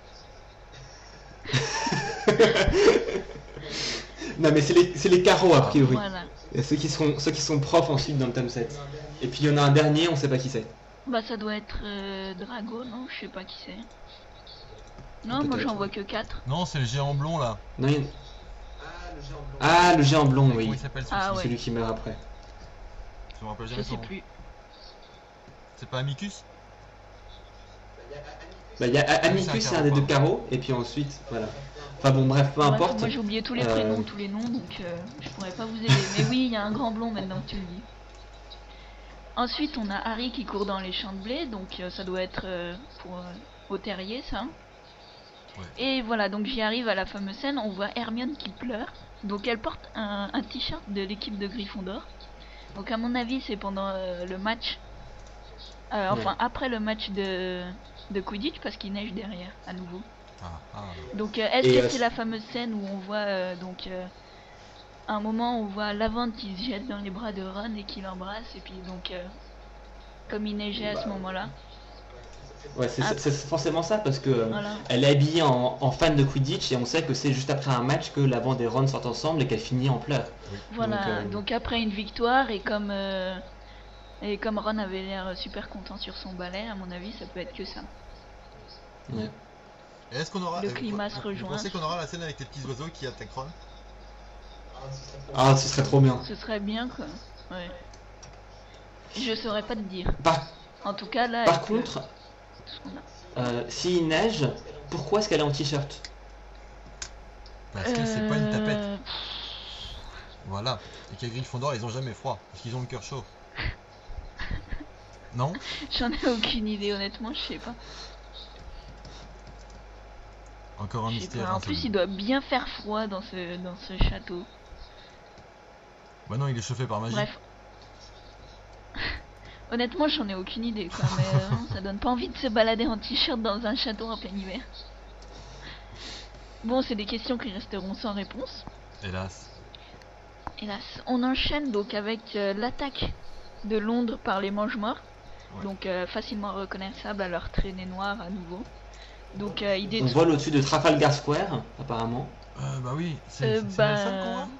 Non, mais c'est les, c'est les carreaux, a priori. Voilà. Et ceux qui sont ceux qui sont profs ensuite dans le tome sept. Et puis il y en a un dernier, on sait pas qui c'est. Bah, ça doit être euh, Drago, non? Je sais pas qui c'est. Non, moi Peut-être. j'en vois que quatre. Non, c'est le géant blond là. Non, il y en- Ah, le géant blond, oui. Comment il s'appelle celui-ci? Ah ouais. Celui qui meurt après. Je me rappelle Je jamais sais son nom. plus. C'est pas Amicus? Bah, il y a A- Amicus, c'est un c'est un des carreau, deux carreaux, et puis ensuite, voilà. Enfin bon, bref, peu Bref, importe. moi j'ai oublié tous les Euh, prénoms, tous les noms, donc euh, je pourrais pas vous aider. Mais oui, il y a un grand blond maintenant que tu le dis. Ensuite, on a Harry qui court dans les champs de blé, donc euh, ça doit être euh, pour euh, au terrier, ça. Ouais. Et voilà, donc j'y arrive à la fameuse scène, on voit Hermione qui pleure. Donc elle porte un, un t-shirt de l'équipe de Gryffondor. Donc à mon avis, c'est pendant euh, le match Euh, enfin, Ouais. après le match de, de Quidditch, parce qu'il neige derrière, à nouveau. Ah, ah. Donc, euh, est-ce Et, que euh, c'est la fameuse scène où on voit, euh, donc, euh, à un moment, on voit Lavande qui se jette dans les bras de Ron et qui l'embrasse, et puis donc, euh, comme il neigeait à ce Bah, moment-là, Ouais, c'est Ah. c'est forcément ça parce que euh, voilà. elle est habillée en, en fan de Quidditch et on sait que c'est juste après un match que la bande et Ron sortent ensemble et qu'elle finit en pleurs. Voilà, Donc, euh, donc après une victoire, et comme, euh, et comme Ron avait l'air super content sur son balai, à mon avis, ça peut être que ça. Ouais. Et est-ce qu'on aura. Le euh, climat vous- se vous rejoint. pensez qu'on aura la scène avec les petits oiseaux qui attaquent Ron? Ah, ce serait trop bien. Ce serait bien, quoi. Ouais. Je saurais pas te dire. Par, En tout cas, là, par avec, contre, euh, tout ce qu'on a. euh, s'il neige, pourquoi est-ce qu'elle est en t-shirt? Parce que c'est pas une tapette. Euh, Voilà. Et que les Gryffondor, ils ont jamais froid. Parce qu'ils ont le cœur chaud. Non? J'en ai aucune idée, honnêtement, je sais pas. Encore un Je sais mystère. pas. En hein, plus, ça- il doit bien faire froid dans ce, dans ce château. Bah non, il est chauffé par magie. Bref. Honnêtement, j'en ai aucune idée, quoi. Mais euh, non, ça donne pas envie de se balader en t-shirt dans un château en plein hiver. Bon, c'est des questions qui resteront sans réponse. Hélas. Hélas, on enchaîne donc avec euh, l'attaque de Londres par les Mange-Morts. Ouais. Donc euh, facilement reconnaissable à leur traînée noire à nouveau. Donc euh, ils On détruisent. vole au-dessus de Trafalgar Square, apparemment. Euh, bah oui, c'est Euh, c'est bah, le seul qu'on voit.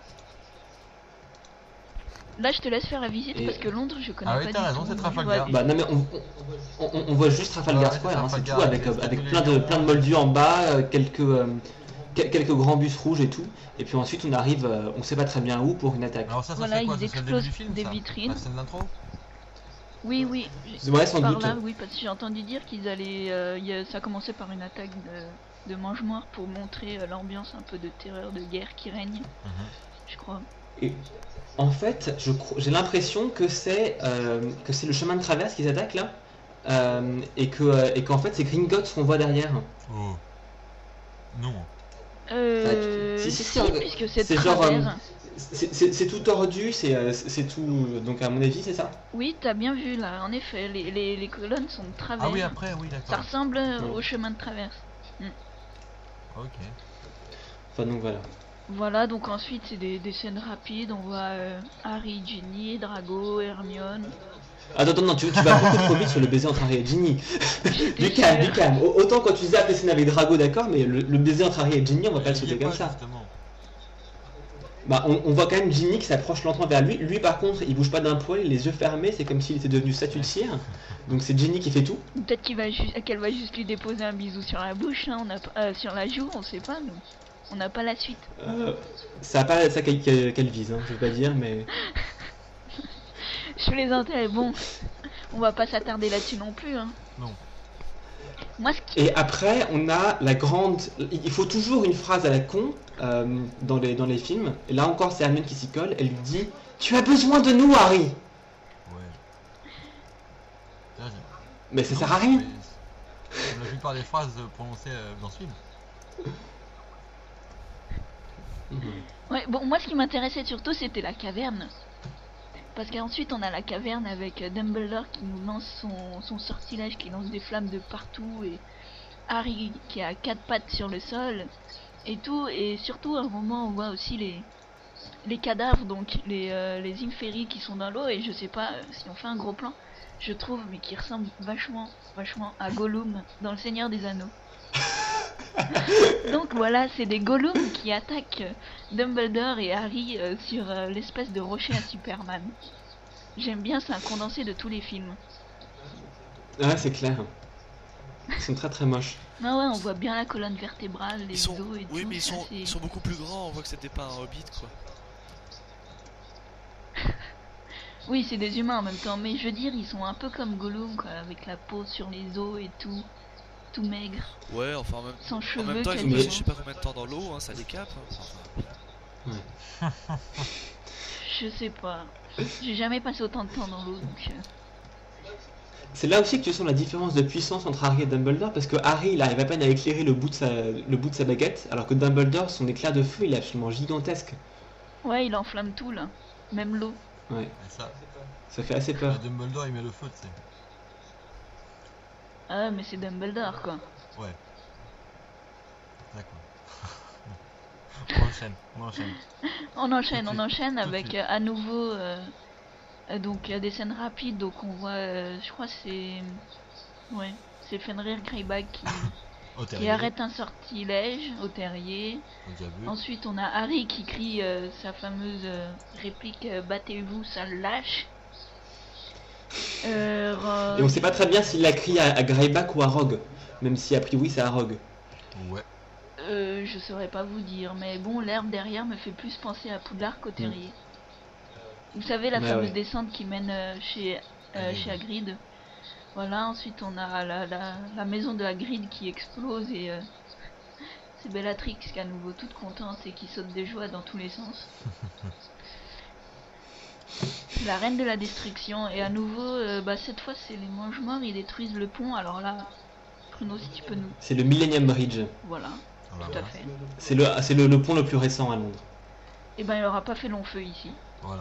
Là, je te laisse faire la visite Et- parce que Londres, je connais Ah pas oui, du t'as raison, tout. c'est Je Trafalgar. vois- Bah non mais on, on, on- on voit juste Trafalgar Ouais, ouais, Square, hein, c'est Trafalgar, tout, avec, avec euh, avec tous les plein de, lions. plein de moldus en bas, euh, quelques, euh, quel- quelques grands bus rouges et tout. Et puis ensuite on arrive, euh, on sait pas très bien où pour une attaque. Alors ça, ça Voilà, serait quoi? ils Ça serait le début explosent du film, des ça vitrines. La scène d'intro? Oui, oui. Ouais, sans Par doute. là, oui, parce que j'ai entendu dire qu'ils allaient. euh, y a- ça commençait par une attaque de, de Mange-Morts pour montrer euh, l'ambiance un peu de terreur, de guerre qui règne, Mhm. je crois. Et en fait, je cro- j'ai l'impression que c'est euh, que c'est le chemin de traverse qu'ils attaquent là, euh, et que euh, et qu'en fait c'est Gringotts qu'on voit derrière. Oh. Non. Euh. si, si, si, si, regarde, puisque c'est c'est de genre, travers. euh, C'est c'est- c'est tout tordu, c'est euh, c'est tout. Donc à mon avis c'est ça. Oui, t'as bien vu là, en effet, les, les, les colonnes sont de travers. Ah oui, après, oui, Ça d'accord. ressemble euh, Ouais. au chemin de traverse. Ok. Enfin donc voilà. Voilà, donc ensuite c'est des, des scènes rapides, on voit euh, Harry, Ginny, Drago, Hermione. Attends, attends, non, tu, tu vas beaucoup trop vite sur le baiser entre Harry et Ginny. Du calme, du calme. Au- Autant quand tu zappes les scènes avec Drago, d'accord, mais le, le baiser entre Harry et Ginny, on va pas le J'y ai sauter comme pas, ça. justement. Bah, on, on voit quand même Ginny qui s'approche lentement vers lui. Lui, par contre, il bouge pas d'un poil, les yeux fermés, c'est comme s'il était devenu statue de cire. Donc c'est Ginny qui fait tout. Peut-être qu'il va ju- qu'elle va juste lui déposer un bisou sur la bouche, hein, on a, pas- euh, sur la joue, on sait pas, nous. On n'a pas la suite. Euh, ça a pas ça qu'elle qu'elle- qu'elle vise, hein, je veux pas dire, mais. Je plaisantais, bon, on va pas s'attarder là-dessus non plus. Hein. Non. Moi, ce qui... Et après, on a la grande. Il faut toujours une phrase à la con euh, dans, les, dans les films. Et là encore, c'est Hermione qui s'y colle. Elle lui dit Tu as besoin de nous, Harry. Ouais. Là, j'ai- Mais ça Non, sert à rien. mais c'est- La plupart des phrases prononcées euh, dans ce film. Ouais, bon, moi, ce qui m'intéressait surtout, c'était la caverne. Parce qu'ensuite, on a la caverne avec euh, Dumbledore qui nous lance son, son sortilège, qui lance des flammes de partout, et Harry qui a quatre pattes sur le sol, et tout. Et surtout, à un moment, on voit aussi les, les cadavres, donc les, euh, les Inferi qui sont dans l'eau, et je sais pas euh, si on fait un gros plan, je trouve, mais qui ressemble vachement, vachement à Gollum dans Le Seigneur des Anneaux. Donc voilà, c'est des Gollum qui attaquent euh, Dumbledore et Harry euh, sur euh, l'espèce de rocher à Superman. J'aime bien, c'est un condensé de tous les films. Ouais, c'est clair. Ils sont très très moches. Ah ouais, on voit bien la colonne vertébrale, les Ils sont, os et oui, tout. mais ils c'est sont, assez- ils sont beaucoup plus grands. On voit que c'était pas un hobbit, quoi. Oui, c'est des humains en même temps, mais je veux dire, ils sont un peu comme Gollum, quoi, avec la peau sur les os et tout, tout maigre, Ouais, enfin, en même, sans en cheveux même temps, ils ont quasiment. passé je sais pas combien de temps dans l'eau, hein, ça décape. Hein. Enfin, Je sais pas. J'ai jamais passé autant de temps dans l'eau, donc... euh, C'est là aussi que tu sens la différence de puissance entre Harry et Dumbledore, parce que Harry il arrive à peine à éclairer le bout de sa, le bout de sa baguette, alors que Dumbledore, son éclair de feu, il est absolument gigantesque. Ouais, il enflamme tout, là. Même l'eau. Ouais, Et ça, ça fait assez peur. la Dumbledore il met le feu, tu sais. Ah, mais c'est Dumbledore, quoi. Ouais. D'accord. on enchaîne, on enchaîne. On enchaîne, Tout de on suite, enchaîne tout de avec suite. euh, à nouveau euh, euh, donc euh, des scènes rapides. Donc on voit, euh, je crois c'est, ouais, c'est Fenrir Greyback qui, Au qui terrier, arrête un sortilège au terrier. on a déjà vu. Ensuite on a Harry qui crie euh, sa fameuse euh, réplique euh, battez-vous sale lâche. Euh, Et on sait pas très bien s'il l'a crié à, à Greyback ou à Rogue, même si a priori c'est à Rogue. Ouais. euh, je saurais pas vous dire, mais bon, l'herbe derrière me fait plus penser à Poudlard qu'au terrier. Vous savez la Ouais, fameuse ouais. descente qui mène euh, chez euh, Hagrid. chez Hagrid. Voilà, ensuite on a la, la, la maison de Hagrid qui explose et euh, c'est Bellatrix qui est à nouveau toute contente et qui saute des joies dans tous les sens. La reine de la destruction et à nouveau, euh, bah cette fois c'est les mange-morts, ils détruisent le pont. Alors là, Bruno, si tu peux nous, C'est le Millennium Bridge. voilà, Ah bah tout voilà. à fait. C'est le, c'est le, le pont le plus récent à Londres. Et ben il aura pas fait long feu ici. Voilà.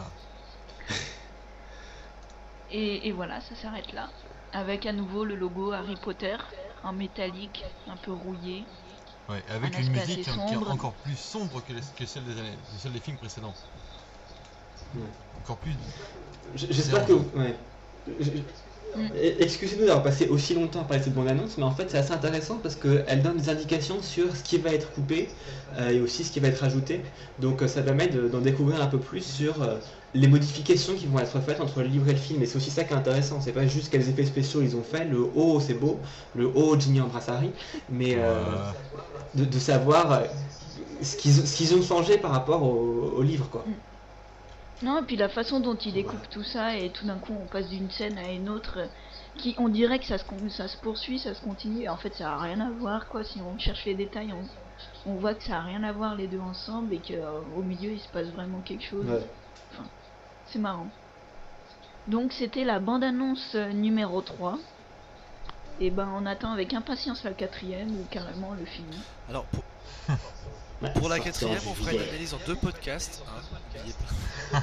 Et, et voilà, ça s'arrête là. Avec à nouveau le logo Harry Potter en métallique, un peu rouillé. Ouais, avec Un une aspect musique assez qui est sombre. encore plus sombre que, les- que celle, des années, que celle des films précédents. Ouais. Encore plus. J- J'espère que. Ouais. Je- je- Mm. Eh, Excusez-nous d'avoir passé aussi longtemps à parler de cette bande-annonce, mais en fait c'est assez intéressant parce qu'elle donne des indications sur ce qui va être coupé euh, et aussi ce qui va être ajouté. Donc euh, ça permet de- d'en découvrir un peu plus sur euh, les modifications qui vont être faites entre le livre et le film. Et c'est aussi ça qui est intéressant, c'est pas juste quels effets spéciaux ils ont fait, le oh c'est beau, le oh Ginny embrasse Harry, mais euh, Euh, de, de savoir euh, ce qu'ils ce qu'ils ont changé par rapport au, au livre quoi. Non, et puis la façon dont il découpe tout ça, et tout d'un coup on passe d'une scène à une autre, euh, qui on dirait que ça se, con- ça se poursuit, ça se continue, et en fait ça a rien à voir quoi. Si on cherche les détails, on, on voit que ça a rien à voir les deux ensemble, et qu'au milieu il se passe vraiment quelque chose. Ouais. C'est marrant. Donc c'était la bande-annonce euh, numéro trois. Et ben on attend avec impatience la quatrième, ou carrément le film. Alors, pour, Ouais, pour la ça- quatrième, ça- on fera une analyse en deux podcasts. Hein, n'oubliez pas.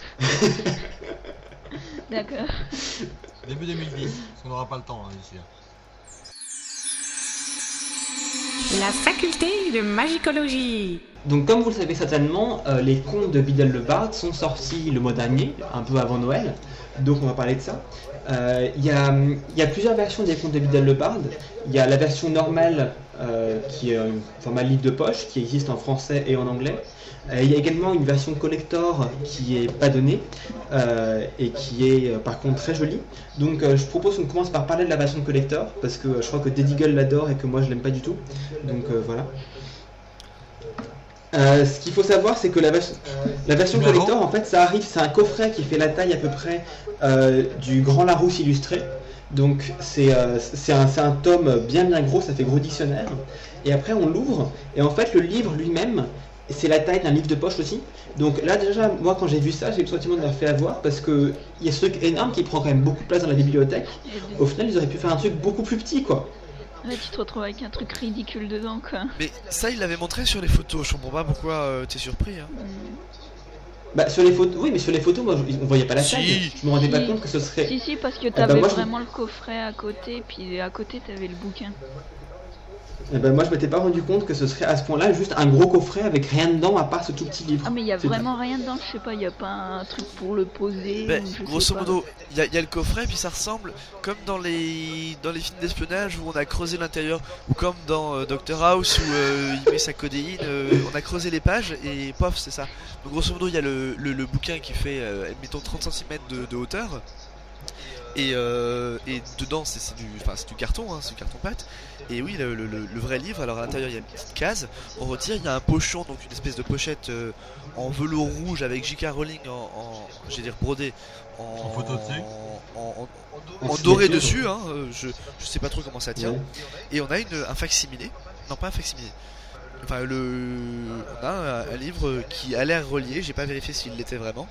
D'accord. Début deux mille dix, parce qu'on n'aura pas le temps hein, ici. La faculté de magicologie. Donc comme vous le savez certainement, euh, les contes de Biddle le Bard sont sortis le mois dernier, un peu avant Noël, donc on va parler de ça. Euh, Il y, a, il y a plusieurs versions des contes de Biddle le Bard. Il y a la version normale, euh, qui est un format livre de poche, qui existe en français et en anglais. Euh, il y a également une version collector qui est pas donnée, euh, et qui est euh, par contre très jolie. Donc euh, je propose qu'on commence par parler de la version collector, parce que euh, je crois que Daddy Gull l'adore et que moi je l'aime pas du tout. Donc euh, voilà. Euh, ce qu'il faut savoir, c'est que la, vers- la version Numéro. collector, en fait, ça arrive, c'est un coffret qui fait la taille à peu près euh, du Grand Larousse illustré. Donc c'est euh, c'est un, c'est un tome bien bien gros, ça fait gros dictionnaire. Et après on l'ouvre, et en fait le livre lui-même, c'est la taille d'un livre de poche aussi. Donc là déjà, moi quand j'ai vu ça, j'ai eu le sentiment de leur faire avoir, parce que il y a ce truc énorme qui prend quand même beaucoup de place dans la bibliothèque. Et de- Au final, ils auraient pu faire un truc beaucoup plus petit, quoi. Là, tu te retrouves avec un truc ridicule dedans, quoi. Mais ça, il l'avait montré sur les photos. Je comprends pas pourquoi euh, t'es surpris. Hein. Bah sur les photos, oui, mais sur les photos, moi, je- on voyait pas la Si. taille. Je me rendais pas Si. compte que ce serait. Si, si, parce que bah, t'avais moi, je- vraiment le coffret à côté, puis à côté t'avais le bouquin. Eh ben, moi, je m'étais pas rendu compte que ce serait à ce point-là juste un gros coffret avec rien dedans à part ce tout petit livre. Ah, mais il y a C'est- vraiment rien dedans, je sais pas, il y a pas un truc pour le poser. Ben, ou je sais grosso pas. modo, il y, a- il y a le coffret, puis ça ressemble comme dans les dans les films d'espionnage où on a creusé l'intérieur, ou comme dans euh, Doctor House où euh, il met sa codéine, euh, on a creusé les pages et pof, c'est ça. Donc grosso modo, il y a le, le, le bouquin qui fait, euh, mettons, trente centimètres de, de hauteur. Et, euh, et dedans, c'est c'est du, enfin, c'est du carton, hein, c'est du carton pâte. Et oui, le, le, le- le vrai livre, alors à l'intérieur, il y a une petite case. On retire, il y a un pochon, donc une espèce de pochette euh, en velours rouge avec J K Rowling en, en je vais dire brodé, en, En photo dessus. en, en- En en doré signature. dessus. Hein, euh, je, je sais pas trop comment ça tient. Ouais. Et on a une, un facsimilé, non pas un facsimilé. Enfin, le, on a un, un livre qui a l'air relié. J'ai pas vérifié s'il l'était vraiment.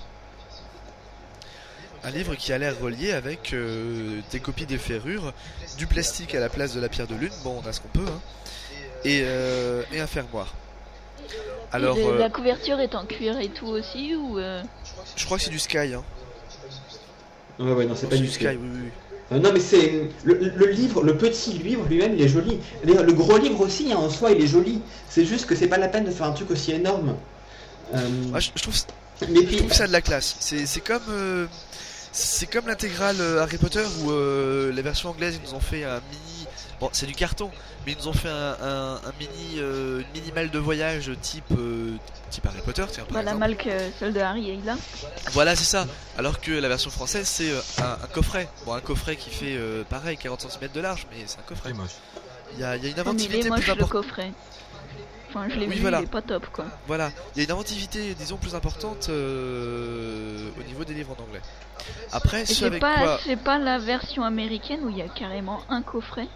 Un livre qui a l'air relié avec euh, des copies des ferrures, du plastique à la place de la pierre de lune, bon on a ce qu'on peut, hein, et, euh, et un fermoir. Alors, Et le- euh, la couverture est en cuir et tout aussi, ou euh, je crois que c'est du Sky, hein. Ouais, ouais, non, c'est pas C'est du du Sky, oui, oui. oui. Euh, non mais c'est le, le livre, le petit livre lui-même il est joli. D'ailleurs le gros livre aussi hein, en soi il est joli. C'est juste que c'est pas la peine de faire un truc aussi énorme. Euh... Ouais, je, je, trouve, mais je puis... trouve ça de la classe. C'est, c'est comme euh, c'est comme l'intégrale euh, Harry Potter où euh, la version anglaise ils nous ont fait un mini. Bon c'est du carton, mais ils nous ont fait un, un, un mini euh, une mini malle de voyage type euh, type Harry Potter tiens par Bah, la exemple. malle que celle de Harry est là. Voilà c'est ça. Alors que la version française c'est euh, un, un coffret. Bon un coffret qui fait euh, pareil quarante centimètres de large mais c'est un coffret. C'est moche. Il y a, il y a une Oh, mais il inventivité est moche plus le importante. coffret. Enfin, je l'ai Oui, vu, voilà. il est pas top quoi. Voilà, il y a une inventivité, disons, plus importante euh, au niveau des livres en anglais. Après, Et ce c'est avec pas, quoi... c'est pas la version américaine où il y a carrément un coffret.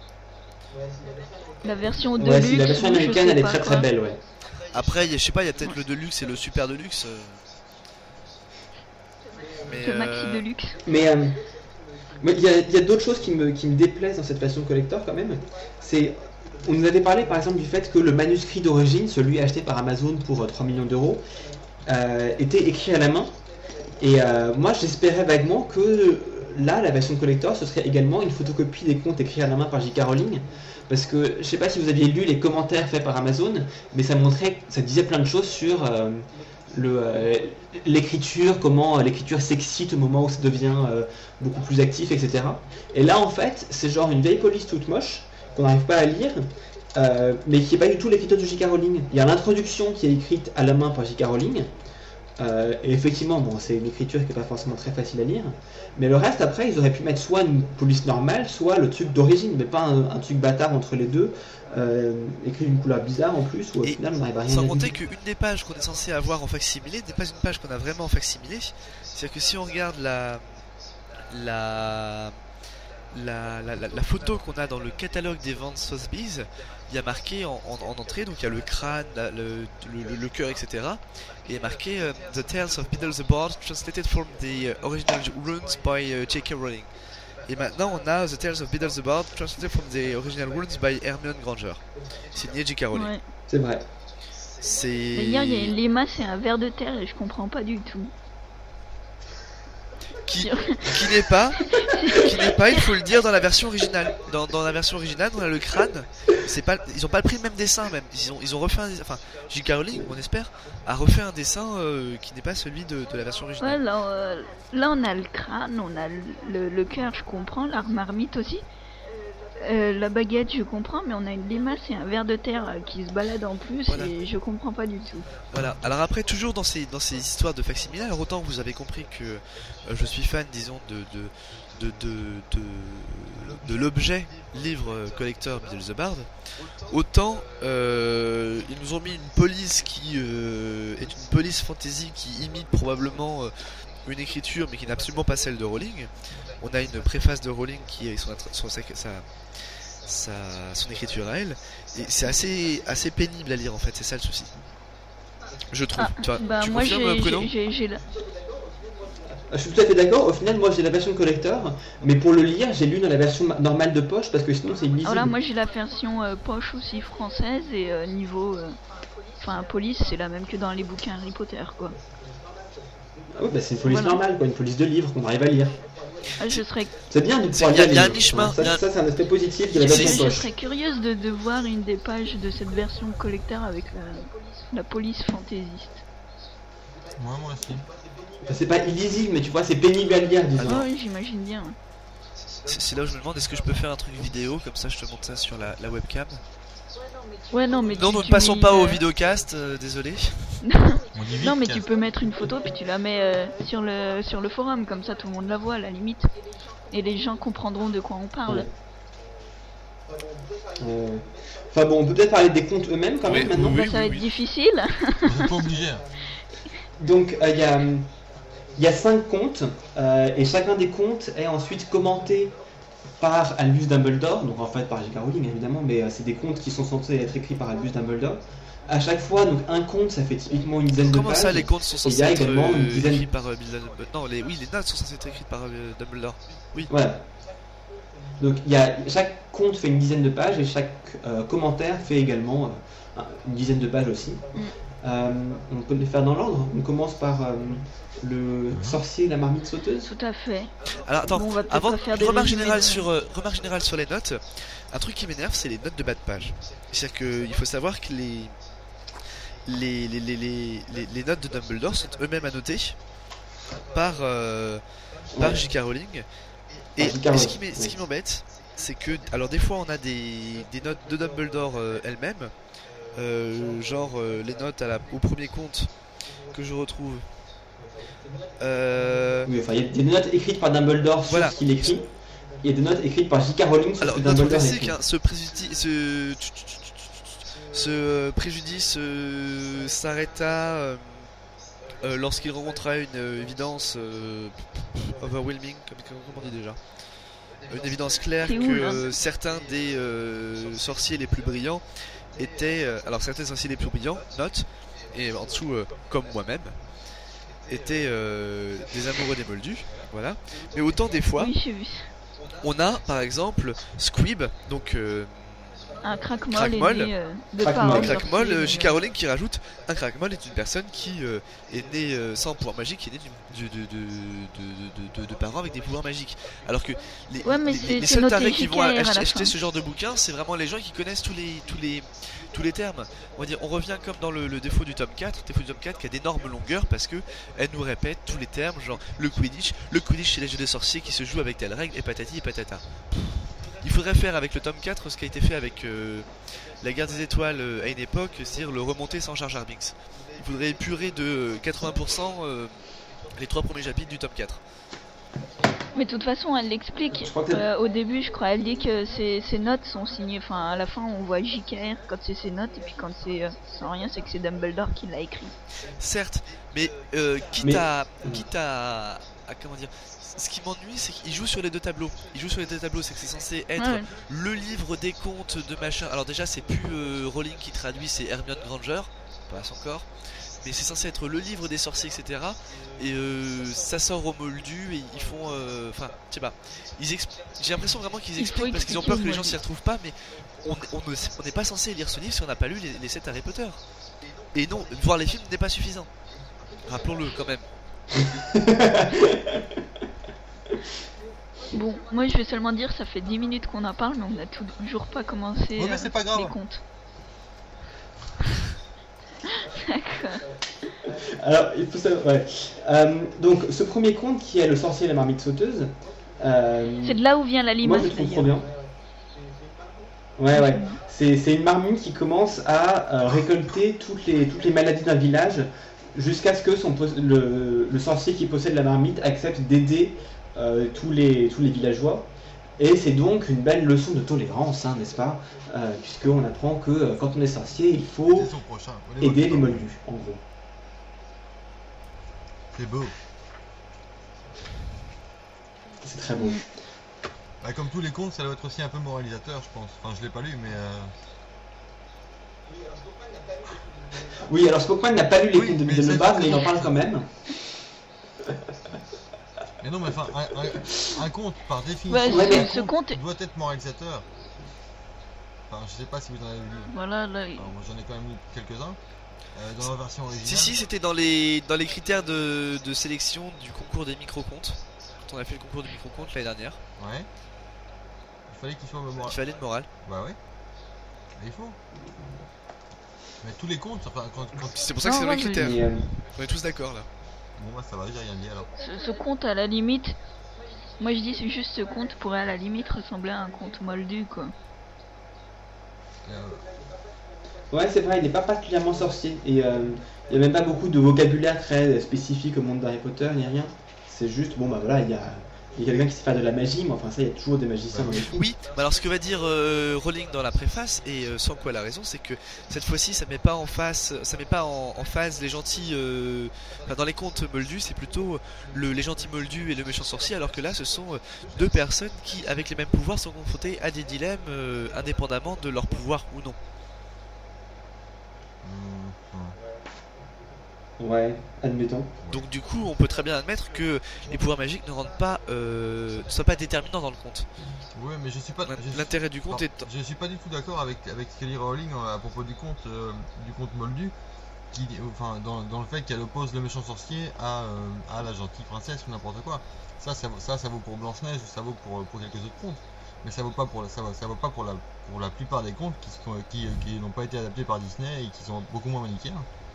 La version de Ouais, luxe. si, la version ou je américaine sais elle est pas très quoi. très belle ouais. Après, il y a, je sais pas, il y a peut-être le Deluxe et le Super Deluxe. euh. Mais, Le maxi euh, de luxe. Mais euh, mais il y a, il y a d'autres choses qui me, qui me déplaisent dans cette version collector quand même. C'est, on nous avait parlé par exemple du fait que le manuscrit d'origine, celui acheté par Amazon pour euh, trois millions d'euros, euh, était écrit à la main. Et euh, moi j'espérais vaguement que là, la version collector, ce serait également une photocopie des contes écrits à la main par J K Rowling. Parce que je sais pas si vous aviez lu les commentaires faits par Amazon, mais ça montrait, ça disait plein de choses sur euh, le, euh, l'écriture, comment euh, l'écriture s'excite au moment où ça devient euh, beaucoup plus actif, et cetera. Et là, en fait, c'est genre une vieille police toute moche qu'on n'arrive pas à lire, euh, mais qui n'est pas du tout l'écriture de J K Rowling. Il y a l'introduction qui est écrite à la main par J K Rowling. Euh, et effectivement, bon, c'est une écriture qui n'est pas forcément très facile à lire, mais le reste après, ils auraient pu mettre soit une police normale, soit le truc d'origine, mais pas un, un truc bâtard entre les deux, euh, écrit d'une couleur bizarre en plus, où au Et final on n'arrive à rien sans à compter lire. qu'une des pages qu'on est censé avoir en facsimilé n'est pas une page qu'on a vraiment en facsimilé. C'est-à-dire que si on regarde la la la, la, la, la photo qu'on a dans le catalogue des ventes Sotheby's, il y a marqué en, en, en entrée, donc il y a le crâne, la- le, le, le, le cœur, et cetera. Et il y a marqué euh, The Tales of Beedle the Bard, translated from the uh, original runes by uh, J K Rowling. Et maintenant on a The Tales of Beedle the Bard, translated from the original runes by Hermione Granger. Signé J K Rowling. Ouais. C'est vrai. C'est. D'ailleurs, il y a une Lima, c'est un ver de terre et je comprends pas du tout. qui, qui n'est pas, qui n'est pas, il faut le dire, dans la version originale. Dans, dans la version originale, on a le crâne. C'est pas, ils ont pas pris le même dessin même. Ils ont, ils ont refait un, enfin, J K Rowling, on espère, a refait un dessin euh, qui n'est pas celui de, de la version Ouais, originale. là, euh, là, on a le crâne, on a le, le, le cœur, je comprends, la marmite aussi. Euh, la baguette, je comprends, mais on a une limace et un ver de terre euh, qui se balade en plus Voilà. et je comprends pas du tout. Voilà. Alors après, toujours dans ces, dans ces histoires de facsimile, alors autant vous avez compris que euh, je suis fan, disons, de de de de, de, de l'objet livre euh, collector Beedle the Bard, autant euh, ils nous ont mis une police qui euh, est une police fantasy qui imite probablement euh, une écriture, mais qui n'est absolument pas celle de Rowling. On a une préface de Rowling qui est son, son, sa, sa, sa, son écriture à elle, et c'est assez, assez pénible à lire en fait, c'est ça le souci. Je trouve. Ah, tu vois, bah tu moi confirmes, j'ai Bruno j'ai- j'ai- j'ai la... Je suis tout à fait d'accord, au final moi j'ai la version collector, mais pour le lire j'ai lu dans la version ma- normale de poche parce que sinon c'est illisible. Voilà, moi j'ai la version euh, poche aussi française et euh, niveau... euh, Enfin, police, c'est la même que dans les bouquins Harry Potter, quoi. Ah oui, bah c'est une police Voilà. normale, quoi, une police de livre qu'on arrive à lire. Ah, je serais, C'est bien de C'est- pouvoir il y a- lire il y a les un livres. mi-chemin, Ça, il y a un- ça, c'est un aspect positif de la C'est- version je poche. serais curieuse de, de voir une des pages de cette version collector avec la, la police fantaisiste. Ouais, moi aussi. Enfin, c'est pas illisible, mais tu vois, c'est pénible à lire, disons. Alors, Ah oui, j'imagine bien. C'est c'est là où je me demande, est-ce que je peux faire un truc vidéo, comme ça je te montre ça sur la, la webcam. Ouais, non, mais Non, tu, nous ne tu passons mets pas une, au euh, vidéocast, euh, désolé. On dit vite. Non, mais qu'à- tu peux mettre une photo puis tu la mets euh, sur le sur le forum, comme ça tout le monde la voit à la limite. Et les gens comprendront de quoi on parle. Ouais. Euh, Enfin bon, on peut peut-être parler des contes eux-mêmes quand Oui, même maintenant. oui, Bah, ça va oui. être difficile. Vous êtes pas obligé. hein. Donc il y, a, y a cinq contes, euh, et chacun des contes est ensuite commenté par Albus Dumbledore, donc en fait par J K Rowling évidemment, mais euh, c'est des contes qui sont censés être écrits par Albus Dumbledore. À chaque fois, donc un conte, ça fait typiquement une dizaine de Comment pages. ça, les contes sont Et il y censés a être également une euh, dizaine- écrits par euh, Bill Dumbledore? Non, les, oui, les notes sont censées être écrites par euh, Dumbledore. Voilà. Donc il y a, chaque conte fait une dizaine de pages et chaque euh, commentaire fait également euh, un- une dizaine de pages aussi. Mm. Euh, on peut les faire dans l'ordre. On commence par euh, le sorcier et la marmite sauteuse. Tout à fait. Alors attends, Bon, on va peut-être avant, pas faire des remarque résumés générale, de- sur, euh, remarque générale sur les notes, un truc qui m'énerve, c'est les notes de bas de page. C'est-à-dire qu'il faut savoir que les, les, les, les, les, les, les notes de Dumbledore sont eux-mêmes annotées par, euh, par Ouais. J K Rowling. Et, Par J K et ce Rowling, qui m'est- ce oui. qui m'embête, c'est que, alors des fois on a des, des notes de Dumbledore euh, elle-même, euh, genre euh, les notes à la, au premier compte que je retrouve. Euh, Oui, enfin, il y a des notes écrites par Dumbledore sur Voilà. ce qu'il écrit. Il y a des notes écrites par J K Rowling sur Alors, ce que notre Dumbledore classique, écrit. hein, ce préjudice, ce, ce préjudice euh, s'arrêta euh, euh, lorsqu'il rencontra une euh, évidence euh, overwhelming, comme comment on dit déjà, une évidence claire C'est que où, là euh, certains des euh, sorciers les plus brillants étaient, euh, alors certains sorciers les plus brillants, note, et en dessous euh, comme moi-même, étaient euh, des amoureux des moldus, voilà. Mais autant des fois, Oui, j'ai vu. on a par exemple Squib, donc euh, Un crack-molle Crack-molle. est né euh, de Crack-molle. parents un crack-molle, sorciers, euh, mais, J K Rowling qui rajoute un crack-molle est une personne qui euh, est née euh, sans pouvoir magique, qui est née du- du- de, de, de, de, de- de parents avec des pouvoirs magiques. Alors que les, Ouais, mais les- c'est- les c'est seuls noté tarés qui vont J K R à la ach- fin. acheter ce genre de bouquin, c'est vraiment les gens qui connaissent tous les, tous les, tous les termes. On va dire, on revient comme dans le, le défaut du tome quatre, le défaut du tome quatre qui a d'énormes longueurs parce que elle nous répète tous les termes, genre le Quidditch, le Quidditch c'est les jeux des sorciers qui se jouent avec telle règle et patati et patata. Il faudrait faire avec le tome quatre ce qui a été fait avec euh, la guerre des étoiles euh, à une époque, c'est-à-dire le remonter sans Jar Jar Binks. Il faudrait épurer de euh, quatre-vingts pour cent euh, les trois premiers chapitres du tome quatre. mais de toute façon, elle l'explique. Je crois que- Euh, au début, je crois, elle dit que ses, ses notes sont signées. Enfin, à la fin, on voit J K R quand c'est ses notes, et puis quand c'est euh, sans rien, c'est que c'est Dumbledore qui l'a écrit. Certes, mais euh, quitte, Mais- à, quitte à, à comment dire, ce qui m'ennuie, c'est qu'il joue sur les deux tableaux. Il joue sur les deux tableaux, c'est que c'est censé être Ouais, ouais. le livre des contes de machin. Alors déjà, c'est plus euh, Rowling qui traduit, c'est Hermione Granger, passe encore. Mais c'est censé être le livre des sorciers, et cetera. Et euh, ça sort au moldu et ils font, euh, enfin, je sais pas. Ils expl- J'ai l'impression vraiment qu'ils Il faut expliquent parce qu'ils ont expliquer peur que au les gens moldu. s'y retrouvent pas. Mais on on ne- on n'est pas censé lire ce livre si on n'a pas lu les, les sept Harry Potter. Et non, voir les films n'est pas suffisant. Rappelons-le quand même. Bon, moi je vais seulement dire, ça fait dix minutes qu'on en parle, mais on n'a toujours pas commencé Ouais, mais euh, c'est pas grave. les comptes. D'accord. Alors, il faut savoir. Ouais. Euh, donc, ce premier conte qui est le sorcier et la marmite sauteuse. euh, C'est de là où vient la Moi, limace je le trouve trop d'ailleurs. bien. Ouais, ouais. C'est c'est une marmite qui commence à euh, récolter toutes les, toutes les maladies d'un village jusqu'à ce que son, pos- le, le sorcier qui possède la marmite accepte d'aider euh, tous, les, tous les villageois. Et c'est donc une belle leçon de tolérance, hein, n'est-ce pas euh, puisqu'on apprend que euh, quand on est sorcier, il faut C'est son prochain. On les aider voit les pas. moldus, en gros. C'est beau. C'est très beau. Bah, comme tous les contes, ça doit être aussi un peu moralisateur, je pense. Enfin, je l'ai pas lu, mais. Euh... Oui, alors Spockman n'a pas lu les Oui, contes de mais Middle ça- Bard, mais il en parle quand même. Mais non, mais enfin, un, un- un conte, par définition, Ouais, Ouais, ce- mais- un ce conte conte- doit être moralisateur. Enfin, je sais pas si vous en avez lu. Voilà, là, il- Enfin, moi, j'en ai quand même lu quelques-uns. Euh, dans la version originale. Si si, c'était dans les dans les critères de, de sélection du concours des micro-comptes. Quand on a fait le concours du micro-compte l'année dernière, Ouais. Il fallait qu'il soit il moral. fallait une morale. Bah ouais. Mais il faut. Mais tous les contes, enfin, quand. quand... C'est pour ça que Non, c'est dans les non, mais- critères. Mais, euh, On est tous d'accord là. Bon, bah ça va, j'ai rien dit alors. ce, ce conte à la limite, moi je dis c'est juste ce conte pourrait à la limite ressembler à un conte moldu quoi. Et, euh, Ouais, c'est vrai, il n'est pas particulièrement sorcier. Et euh, il n'y a même pas beaucoup de vocabulaire très spécifique au monde d'Harry Potter, ni rien. C'est juste, bon bah voilà, il y a, il y a quelqu'un qui sait faire de la magie, mais enfin ça, il y a toujours des magiciens dans les films. Oui, bah alors ce que va dire euh, Rowling dans la préface, et euh, sans quoi elle a raison, c'est que cette fois-ci ça met pas en face, ça met pas en, en phase les gentils, euh, enfin, dans les contes moldus c'est plutôt le, les gentils moldus et le méchant sorcier, alors que là ce sont euh, deux personnes qui avec les mêmes pouvoirs sont confrontées à des dilemmes euh, indépendamment de leur pouvoir ou non. hum, hum. Ouais, admettons. Donc du coup on peut très bien admettre que les pouvoirs magiques ne rendent pas, euh, ne soient pas déterminants dans le conte. Ouais, mais je suis pas. je suis- L'intérêt du conte Non, est... je suis pas du tout d'accord avec avec Kelly Rowling euh, à propos du conte euh, du conte moldu, qui, enfin, dans, dans le fait qu'elle oppose le méchant sorcier à, euh, à la gentille princesse ou n'importe quoi. Ça, ça, ça, ça vaut pour Blanche-Neige ou ça vaut pour, pour quelques autres contes. Mais ça vaut pas pour, ça, ça vaut pas pour, la, pour la plupart des contes qui, qui, qui n'ont pas été adaptés par Disney et qui sont beaucoup moins manichéens.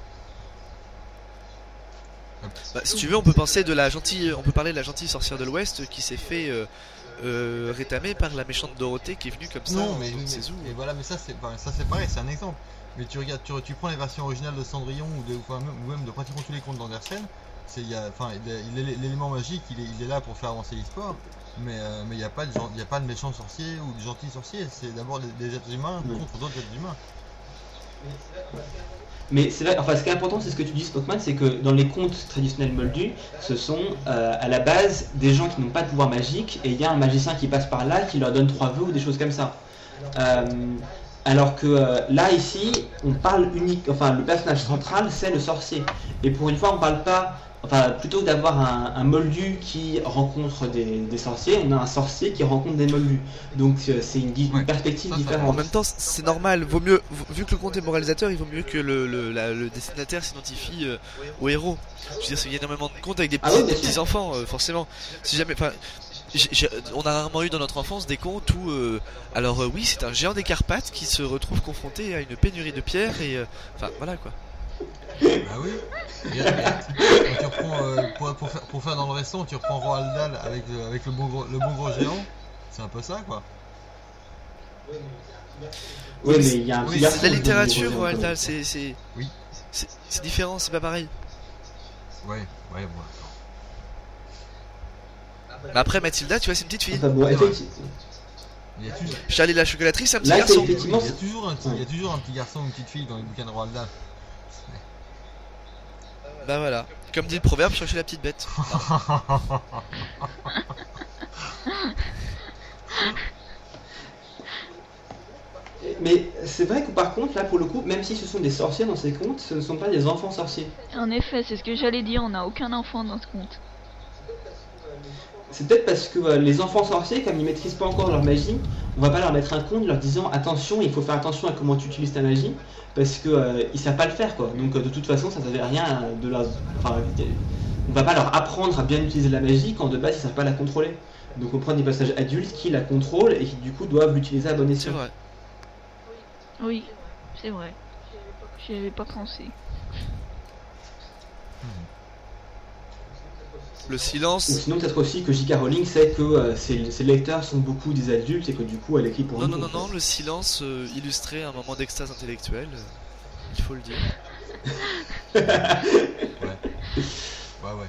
Bah, si tu veux, on peut penser de la gentille, on peut parler de la gentille sorcière de l'Ouest qui s'est fait euh, euh, rétamer par la méchante Dorothée qui est venue comme ça. Non, mais, mais c'est et voilà, mais ça c'est, enfin, ça c'est pareil, c'est un exemple. Mais tu regardes, tu, tu prends les versions originales de Cendrillon ou, de, enfin, ou même de pratiquement tous les contes d'Andersen. C'est, y a, enfin, l'élément magique, il est, il est là pour faire avancer l'histoire. Mais euh, mais il n'y a pas de il y a pas de méchant sorcier ou de gentil sorcier. C'est d'abord des, des êtres humains Oui. contre d'autres êtres humains. Mais c'est vrai, enfin ce qui est important, c'est ce que tu dis, Spockman, c'est que dans les contes traditionnels moldus, ce sont euh, à la base des gens qui n'ont pas de pouvoir magique et il y a un magicien qui passe par là qui leur donne trois vœux ou des choses comme ça. Euh, alors que euh, là ici, on parle unique, enfin le personnage central c'est le sorcier. Et pour une fois, on parle pas, enfin plutôt que d'avoir un, un moldu qui rencontre des, des sorciers, on a un sorcier qui rencontre des moldus. Donc euh, c'est une, une Ouais. perspective Ça, ça, En différente. même temps, c'est normal. Vaut mieux, vu que le conte est moralisateur, il vaut mieux que le, le, la- le destinataire s'identifie euh, au héros. Je veux dire, il y a énormément de contes avec des Ah petits, oui, bien des sûr. petits enfants, euh, forcément. Si jamais, enfin, j'ai- j'ai- on a rarement eu dans notre enfance des contes où, euh, alors euh, oui, c'est un géant des Carpates qui se retrouve confronté à une pénurie de pierres et, euh, enfin, voilà quoi. Ah oui. Et, et, et tu reprends euh, pour, pour, faire, pour faire dans le restant, tu reprends Roald Dahl avec le, avec le bon gros, le bon gros géant. C'est un peu ça quoi. Oui, mais il y a un Oui, petit C'est garçon de la qui donne des littérature, rosés Roald encore. Dahl, c'est, c'est, Oui. c'est, c'est différent, c'est pas pareil. Ouais, ouais, bon. Mais après, Mathilda, tu vois, c'est une petite fille. Enfin bon, C'est vrai. effectivement. Il y a toujours, Ah, Charlie la chocolaterie, c'est un petit Là, c'est garçon. effectivement. il y a toujours un, il y a toujours un petit garçon ou une petite fille dans les bouquins de Roald Dahl. Bah voilà. Comme dit le proverbe, cherchez la petite bête. Mais c'est vrai que par contre, là pour le coup, même si ce sont des sorciers dans ces contes, ce ne sont pas des enfants sorciers. En effet, c'est ce que j'allais dire, on n'a aucun enfant dans ce conte. C'est peut-être parce que euh, les enfants sorciers, comme ils maîtrisent pas encore leur magie, on va pas leur mettre un conte leur disant attention, il faut faire attention à comment tu utilises ta magie, parce que euh, ils savent pas le faire quoi. Donc euh, de toute façon, ça ne savait rien de leur. Enfin, on va pas leur apprendre à bien utiliser la magie quand de base ils savent pas la contrôler. Donc on prend des personnages adultes qui la contrôlent et qui du coup doivent l'utiliser à bon C'est escient. vrai. Oui, c'est vrai. J'y avais pas pensé. Le Ou silence. sinon peut-être aussi que J K Rowling sait que euh, ses, ses lecteurs sont beaucoup des adultes et que du coup elle écrit pour Non, nous. non, non, en fait. non, le silence euh, illustrait un moment d'extase intellectuelle. euh, il faut le dire. Ouais. Ouais, ouais.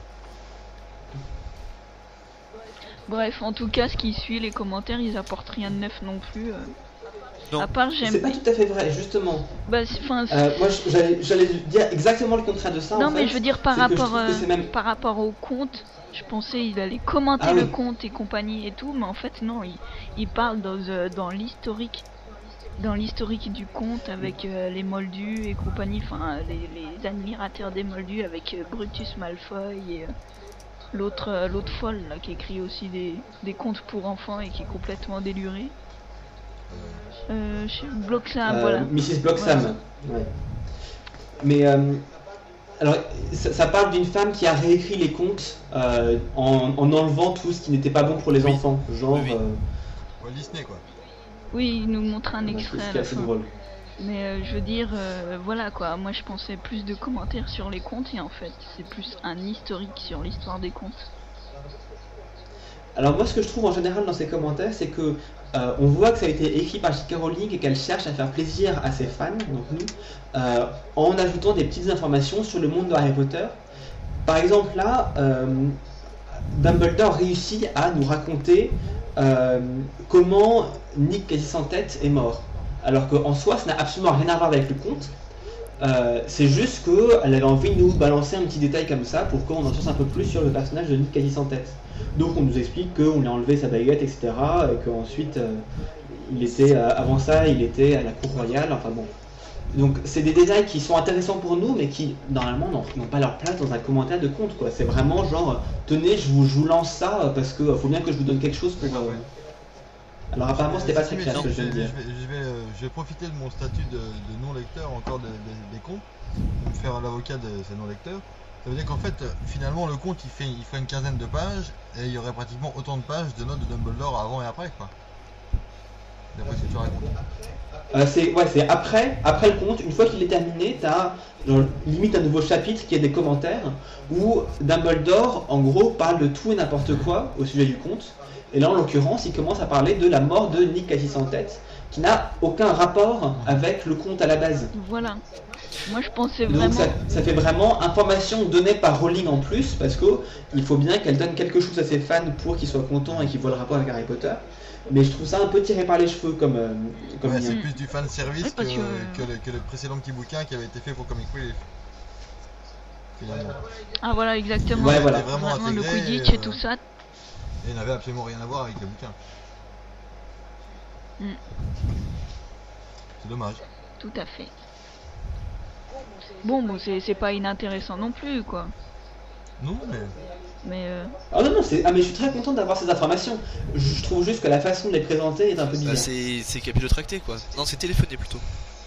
Bref, en tout cas, ce qui suit, les commentaires, ils apportent rien de neuf non plus. euh. Non. À part, C'est j'aime. pas tout à fait vrai, justement. Bah, c'est- enfin, Euh, moi je- j'allais j'allais dire exactement le contraire de ça. non, en mais fait. je veux dire par c'est que je rapport, trouve que euh, c'est même- par rapport au conte, je pensais il allait commenter Ah le oui. conte et compagnie et tout, mais en fait non, il, il parle dans, euh, dans l'historique, dans l'historique du conte avec euh, les Moldus et compagnie, enfin les, les admirateurs des Moldus avec euh, Brutus Malfoy et euh, l'autre euh, l'autre folle là qui écrit aussi des, des contes pour enfants et qui est complètement déluré. Euh, je sais, Bloxham, Euh, voilà. missus Bloxham. Ouais. Mais euh, alors, ça, ça parle d'une femme qui a réécrit les contes euh, en, en enlevant tout ce qui n'était pas bon pour les Oui. enfants. Genre, Oui, oui. euh, Walt Disney quoi. Oui, il nous montre un ouais, extrait c'est à ce qui est la assez fin. drôle. Mais euh, je veux dire, euh, voilà quoi, moi je pensais plus de commentaires sur les contes et en fait c'est plus un historique sur l'histoire des contes. Alors moi, ce que je trouve en général dans ces commentaires, c'est que euh, on voit que ça a été écrit par J K Rowling et qu'elle cherche à faire plaisir à ses fans, donc nous, euh, en ajoutant des petites informations sur le monde de Harry Potter. Par exemple là, euh, Dumbledore réussit à nous raconter euh, comment Nick Quasi-Sans-Tête est mort. Alors qu'en soi, ça n'a absolument rien à voir avec le conte. Euh, c'est juste qu'elle avait envie de nous balancer un petit détail comme ça pour qu'on en sache un peu plus sur le personnage de Nick Quasi-Sans-Tête. Donc on nous explique qu'on lui a enlevé sa baguette, et cetera. Et qu'ensuite, euh, il était, euh, avant ça, il était à la cour royale, enfin bon. Donc c'est des détails qui sont intéressants pour nous, mais qui normalement n'ont n'ont pas leur place dans un commentaire de conte, quoi. C'est vraiment genre, tenez, je vous, je vous lance ça parce que euh, faut bien que je vous donne quelque chose pour. euh, Alors apparemment c'était pas très Mais clair non, ce que je je, viens de je dire. vais, je, vais, euh, je vais profiter de mon statut de, de non-lecteur encore de- de- des comptes pour me faire l'avocat de ces non-lecteurs. Ça veut dire qu'en fait, euh, finalement, le compte il fait, il fait une quinzaine de pages et il y aurait pratiquement autant de pages de notes de Dumbledore avant et après, quoi. D'après ce que tu racontes. Euh, c'est ouais, c'est après, après le conte, une fois qu'il est terminé, t'as genre, limite un nouveau chapitre qui est des commentaires où Dumbledore, en gros, parle de tout et n'importe quoi au sujet du conte. Et là, en l'occurrence, il commence à parler de la mort de Nick Cassis en tête, qui n'a aucun rapport avec le conte à la base. Voilà. Moi je pensais Donc vraiment. ça, ça fait vraiment information donnée par Rowling en plus, parce que il faut bien qu'elle donne quelque chose à ses fans pour qu'ils soient contents et qu'ils voient le rapport avec Harry Potter. Mais je trouve ça un peu tiré par les cheveux comme, euh, comme Ouais, lien. c'est plus du fan service Ouais, que, parce que- que, le, que le précédent petit bouquin qui avait été fait pour Comic Relief. Finalement. Ah voilà, exactement. Ouais, voilà. C'était vraiment Vraiment, le intégré, Quidditch et euh, tout ça. Et n'avait absolument rien à voir avec le bouquin. Mm. C'est dommage. Tout à fait. Bon, bon, c'est c'est pas inintéressant non plus, quoi. Non, mais Mais euh, Ah non, non, c'est... ah mais je suis très content d'avoir ces informations. Je trouve juste que la façon de les présenter est un peu Bah, bizarre. c'est c'est capillotracté quoi. Non, c'est téléphoné plutôt.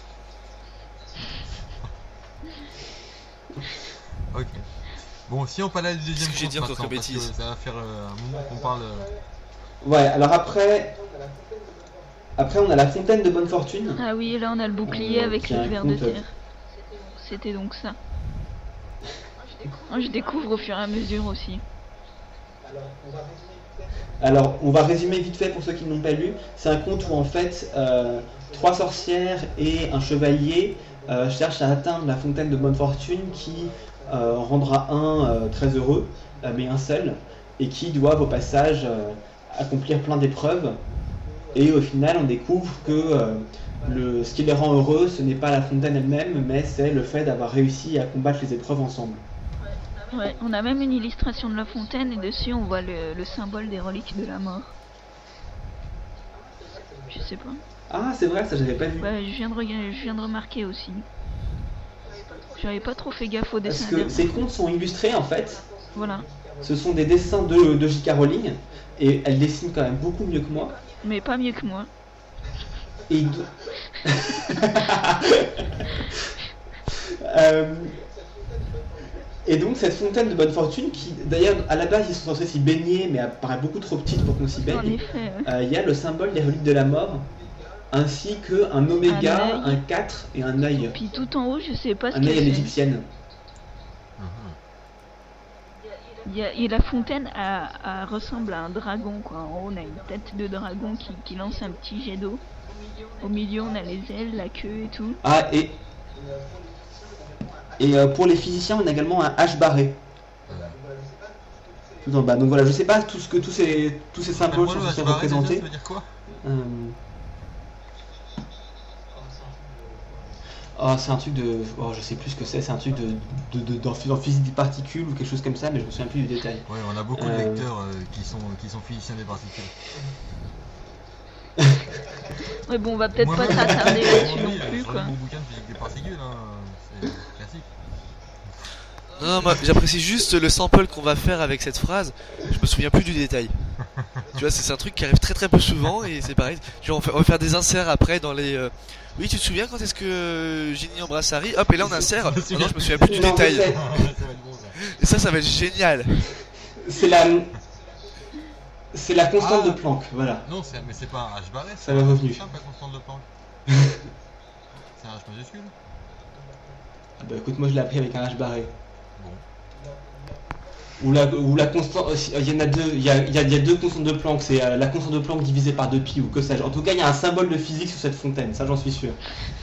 ok. Bon, si on parlait du deuxième Qu'est-ce que j'ai conte dit encore maintenant, comme parce que bêtise ça va faire euh, un moment qu'on parle. euh, Ouais, alors après... Après, on a la fontaine de bonne fortune. ah oui, là on a le bouclier Euh, avec qui le a un ver de compte, euh, terre. C'était donc ça. Moi je découvre au fur et à mesure aussi. Alors, on va résumer vite fait pour ceux qui n'ont pas lu. C'est un conte où en fait, euh, trois sorcières et un chevalier euh, cherchent à atteindre la fontaine de bonne fortune qui euh, rendra un euh, très heureux, euh, mais un seul, et qui doivent au passage euh, accomplir plein d'épreuves. Et au final, on découvre que euh, le, ce qui les rend heureux, ce n'est pas la fontaine elle-même, mais c'est le fait d'avoir réussi à combattre les épreuves ensemble. Ouais, on a même une illustration de la fontaine et dessus on voit le, le symbole des reliques de la mort. Je sais pas. Ah, c'est vrai, ça j'avais pas vu. Ouais, je viens de, rega- je viens de remarquer aussi. J'avais pas trop fait gaffe au Parce dessin. que derrière. ces contes sont illustrés en fait. Voilà. Ce sont des dessins de, de J K Rowling, et elle dessine quand même beaucoup mieux que moi. Mais pas mieux que moi. Et do- Euh, Et donc cette fontaine de bonne fortune, qui d'ailleurs à la base ils sont censés s'y baigner, mais elle paraît beaucoup trop petite pour qu'on s'y En baigne. effet. ouais. Euh, Il y a le symbole des reliques de la mort, ainsi qu'un oméga, Un un, œil. quatre et un œil. Puis tout en haut, je sais pas ce Un que œil à c'est. l'égyptienne. Il y a- et la fontaine a, a- ressemble à un dragon, quoi. En haut, on a une tête de dragon qui, qui lance un petit jet d'eau. Au milieu, on a les ailes, la queue et tout. Ah, et, et euh, pour les physiciens, on a également un H barré. Tout en bas. Donc voilà, je sais pas tout ce que tous ces, tous ces symboles Moi, sont le censés H barré, déjà, représenter. ça veut dire quoi? Euh, Oh, c'est un truc de. Oh, je sais plus ce que c'est, c'est un truc de, de, de, dans, dans physique des particules ou quelque chose comme ça, mais je me souviens plus du détail. Ouais, on a beaucoup de Euh. lecteurs euh, qui sont qui sont physiciens des particules. Ouais, bon, on va peut-être pas Moi-même, s'attarder j'ai là-dessus lu, non euh, plus, j'ai quoi. lu mon bouquin de physique des particules, hein, c'est classique. Non, moi j'apprécie juste le sample qu'on va faire avec cette phrase. Je me souviens plus du détail. Tu vois, c'est c'est un truc qui arrive très très peu souvent et c'est pareil. Genre, on, fait- on va faire des inserts après dans les. euh, Oui, tu te souviens quand est-ce que euh, Ginny embrasse Harry? Hop, et là on insère. Ah non, je me souviens plus du Non, détail. mais c'est- Ça va être bon, ça. Et ça, ça va être génial. C'est la. C'est la constante Ah. de Planck, voilà. Non, c'est- mais c'est pas un H barré, Ça c'est m'est un revenu. simple la constante de Planck. C'est un H majuscule. Ah bah écoute, moi je l'ai appris avec un H barré. Bon. Ou la, ou la constante. Il y en a deux, il y a, il y a- il y a deux constantes de Planck, c'est euh, la constante de Planck divisée par deux pi ou que sais-je. En tout cas, il y a un symbole de physique sur cette fontaine, ça j'en suis sûr.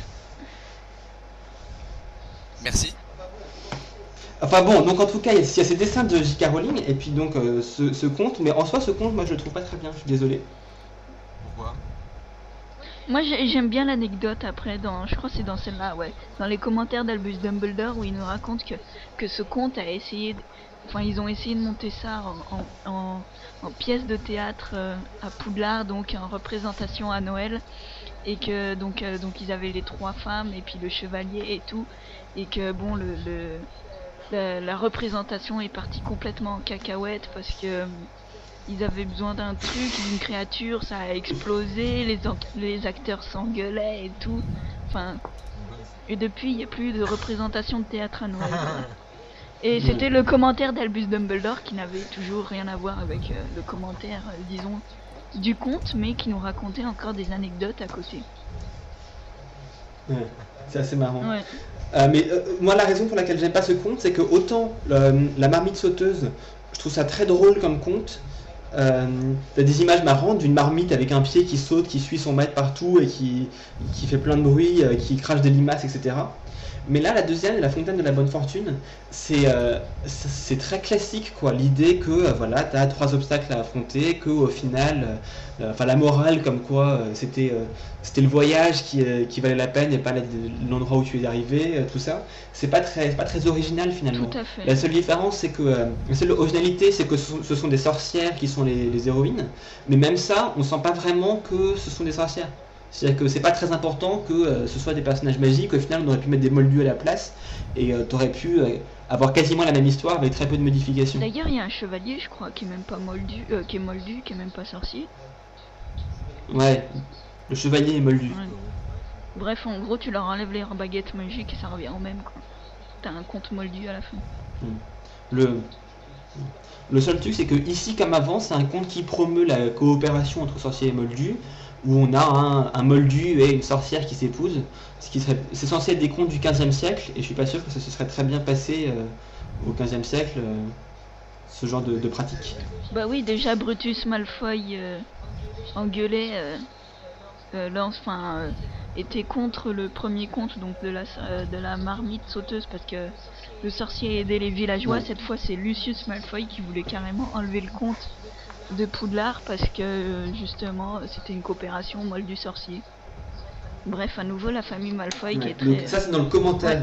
Merci. Enfin bon, donc en tout cas, il y a, il y a ces dessins de J K Rowling et puis donc euh, ce, ce conte, mais en soi, ce conte, moi je le trouve pas très bien, je suis désolé. Pourquoi? Moi j'ai- j'aime bien l'anecdote après, dans, je crois que c'est dans celle-là, ouais, dans les commentaires d'Albus Dumbledore où il nous raconte que, que ce conte a essayé, de- enfin ils ont essayé de monter ça en, en, en- en pièce de théâtre euh, à Poudlard, donc en représentation à Noël, et que donc, euh, donc ils avaient les trois femmes et puis le chevalier et tout, et que bon le, le la, la représentation est partie complètement en cacahuète parce que ils avaient besoin d'un truc, d'une créature, ça a explosé, les, les acteurs s'engueulaient et tout. Enfin, et depuis, il n'y a plus de représentation de théâtre à Noël. Et c'était le commentaire d'Albus Dumbledore qui n'avait toujours rien à voir avec euh, le commentaire, euh, disons, du conte, mais qui nous racontait encore des anecdotes à côté. Ouais, c'est assez marrant. Ouais. Euh, mais euh, moi, la raison pour laquelle j'aime pas ce conte, c'est que autant le- la marmite sauteuse, je trouve ça très drôle comme conte. Euh, T'as des images marrantes d'une marmite avec un pied qui saute, qui suit son maître partout et qui, qui fait plein de bruit, euh, qui crache des limaces, et cetera. Mais là, la deuxième, la fontaine de la bonne fortune, c'est euh, c'est c'est très classique, quoi. L'idée que euh, voilà, tu as trois obstacles à affronter, que au final, euh, enfin la morale, comme quoi euh, c'était euh, c'était le voyage qui, euh, qui valait la peine et pas la- l'endroit où tu es arrivé, euh, tout ça. C'est pas très, c'est pas très original finalement. Tout à fait. La seule différence, c'est que euh, la seule originalité, c'est que ce sont, ce sont des sorcières qui sont les, les héroïnes. Mais même ça, on sent pas vraiment que ce sont des sorcières. C'est-à-dire que c'est pas très important que euh, ce soit des personnages magiques. Au final, on aurait pu mettre des moldus à la place et euh, t'aurais pu euh, avoir quasiment la même histoire avec très peu de modifications. D'ailleurs, il y a un chevalier, je crois, qui est même pas moldu, euh, qui est moldu, qui est même pas sorcier. Ouais, le chevalier est moldu. Ouais. Bref, en gros, tu leur enlèves les baguettes magiques et ça revient au même, quoi. T'as un conte moldu à la fin. Le, le seul truc, c'est que ici, comme avant, c'est un conte qui promeut la coopération entre sorciers et moldus, où on a un, un moldu et une sorcière qui s'épousent. Ce qui serait, c'est censé être des contes du quinzième siècle, et je suis pas sûr que ça se serait très bien passé euh, au quinzième siècle, euh, ce genre de, de pratique. Bah oui, déjà Brutus Malfoy euh, engueulait, euh, euh, lance, enfin, euh, était contre le premier conte donc de la euh, de la marmite sauteuse parce que le sorcier aidait les villageois. Ouais. Cette fois, c'est Lucius Malfoy qui voulait carrément enlever le conte de Poudlard parce que euh, justement c'était une coopération molle du sorcier. Bref, à nouveau la famille Malfoy qui Ouais. est très. Donc, ça, c'est dans le commentaire.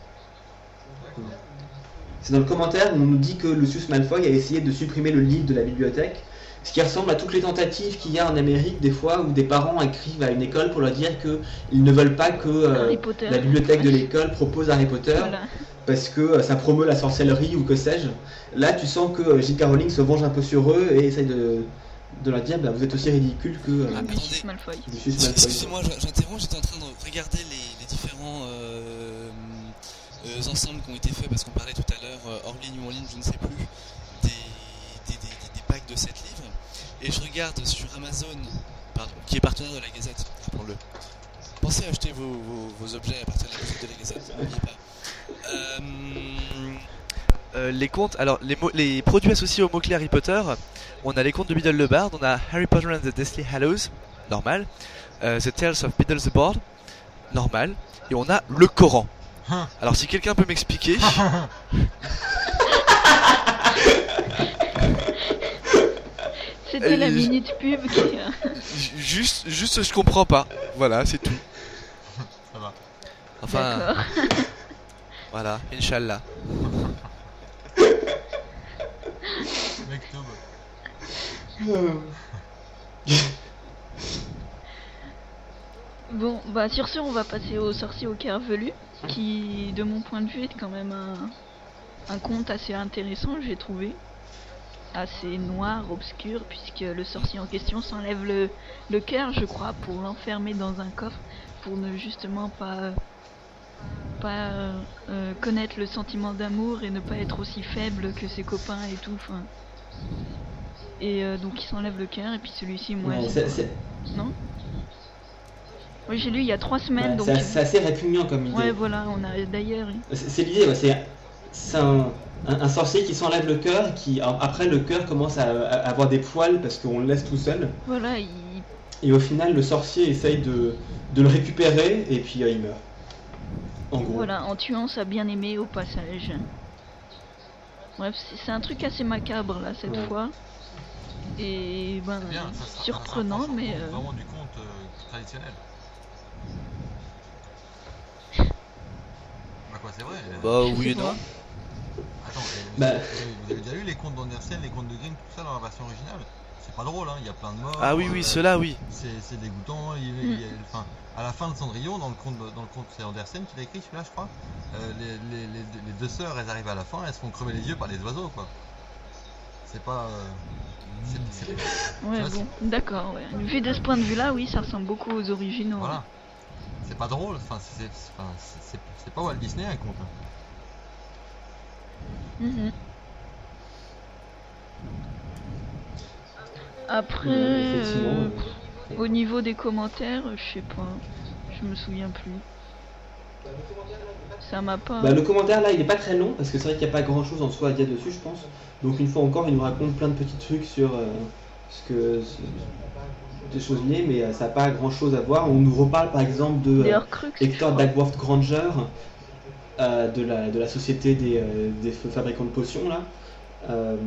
C'est dans le commentaire où on nous dit que Lucius Malfoy a essayé de supprimer le livre de la bibliothèque, ce qui ressemble à toutes les tentatives qu'il y a en Amérique des fois où des parents écrivent à une école pour leur dire qu'ils ne veulent pas que euh, Harry Potter. la bibliothèque de l'école propose Harry Potter Voilà. parce que euh, ça promeut la sorcellerie ou que sais-je. Là, tu sens que euh, J K Rowling se venge un peu sur eux et essaye de, de leur dire bah, vous êtes aussi ridicule que euh, Ah, Lucius attendez. Malfoy. Lucius Malfoy. Excusez-moi, j'- j'interromps, j'étais en train de regarder les, les différents euh, euh, ensembles qui ont été faits parce qu'on parlait tout à l'heure, euh, Orly, New Orleans, je ne sais plus, des, des, des, des- des packs de sept livres. Et je regarde sur Amazon, pardon, qui est partenaire de la Gazette, rappelons-le. Pensez à acheter vos, vos, vos objets à partir de la boutique de la Gazette, n'oubliez pas. Euh, euh, les comptes, alors les, mots- les produits associés au mot-clé Harry Potter, on a les contes de Biddle le Bard, on a Harry Potter and the Deathly Hallows, normal, euh, The Tales of Biddle the Bard, normal, et on a le Coran. Alors si quelqu'un peut m'expliquer, C'était la Euh, minute pub qui. euh, j- juste, juste je comprends pas. Voilà, c'est tout. Ça va. Enfin, D'accord. voilà, Inch'Allah. Mektoub. Bon, bah sur ce, on va passer au sorcier au cœur velu, qui, de mon point de vue, est quand même un, un conte assez intéressant, j'ai trouvé. Assez noir, obscur, puisque le sorcier en question s'enlève le, le cœur, je crois, pour l'enfermer dans un coffre, pour ne justement pas, pas euh, euh, connaître le sentiment d'amour et ne pas être aussi faible que ses copains et tout. Fin. Et euh, donc il s'enlève le cœur, et puis celui-ci, moi, Ouais, j'ai- c'est- c'est non. Oui, j'ai lu il y a trois semaines, ouais, donc. c'est- c'est assez répugnant comme idée. Ouais, voilà, on a d'ailleurs. C'est c'est l'idée, ouais, c'est c'est un, un- un sorcier qui s'enlève le cœur, qui a- après le cœur commence à, à avoir des poils parce qu'on le laisse tout seul, Voilà, il. et au final le sorcier essaye de, de le récupérer et puis euh, il meurt. En gros. Voilà, en tuant sa bien-aimée au passage. Bref, c'est c'est un truc assez macabre là cette Ouais. fois. Et ben, C'est bien, ça, ça- ça surprenant, rapproche mais. encore euh, vraiment du conte euh, traditionnel. Bah quoi, c'est vrai. euh, Bah Je oui sais et non. pas. Attends, euh, vous, Bah. avez, vous avez déjà lu les contes d'Andersen, les contes de Grimm, tout ça dans la version originale? C'est pas drôle, hein, il y a plein de morts. Ah oui, oui, euh, ceux-là, oui. C'est c'est dégoûtant. Il, Mm. il y a- enfin, à la fin de Cendrillon, dans le conte, de- dans le conte, c'est Andersen qui l'a écrit celui-là, je crois. euh, les, les, les, les deux sœurs, elles arrivent à la fin, elles se font crever les yeux par les oiseaux, quoi. C'est pas. euh, c'est, c'est, Ouais, tu vois, bon, d'accord, ouais. Vu de ce point de vue-là, oui, ça ressemble beaucoup aux originaux. Voilà. C'est pas drôle, enfin, c'est, c'est, enfin, c'est, c'est, c'est pas Walt Disney un conte. Hein. Mhm. Après, Ouais, effectivement, euh, ouais. au niveau des commentaires, je sais pas, je me souviens plus. Ça m'a pas... Bah, le commentaire là il est pas très long parce que c'est vrai qu'il n'y a pas grand chose en soi à dire dessus je pense. Donc une fois encore il nous raconte plein de petits trucs sur euh, ce que ce- des choses liées mais euh, ça n'a pas grand chose à voir. On nous reparle par exemple de Des euh, Horcruxes, Hector je crois. Dagworth Granger euh, de, la, de la société des, euh, des fabricants de potions là. Euh,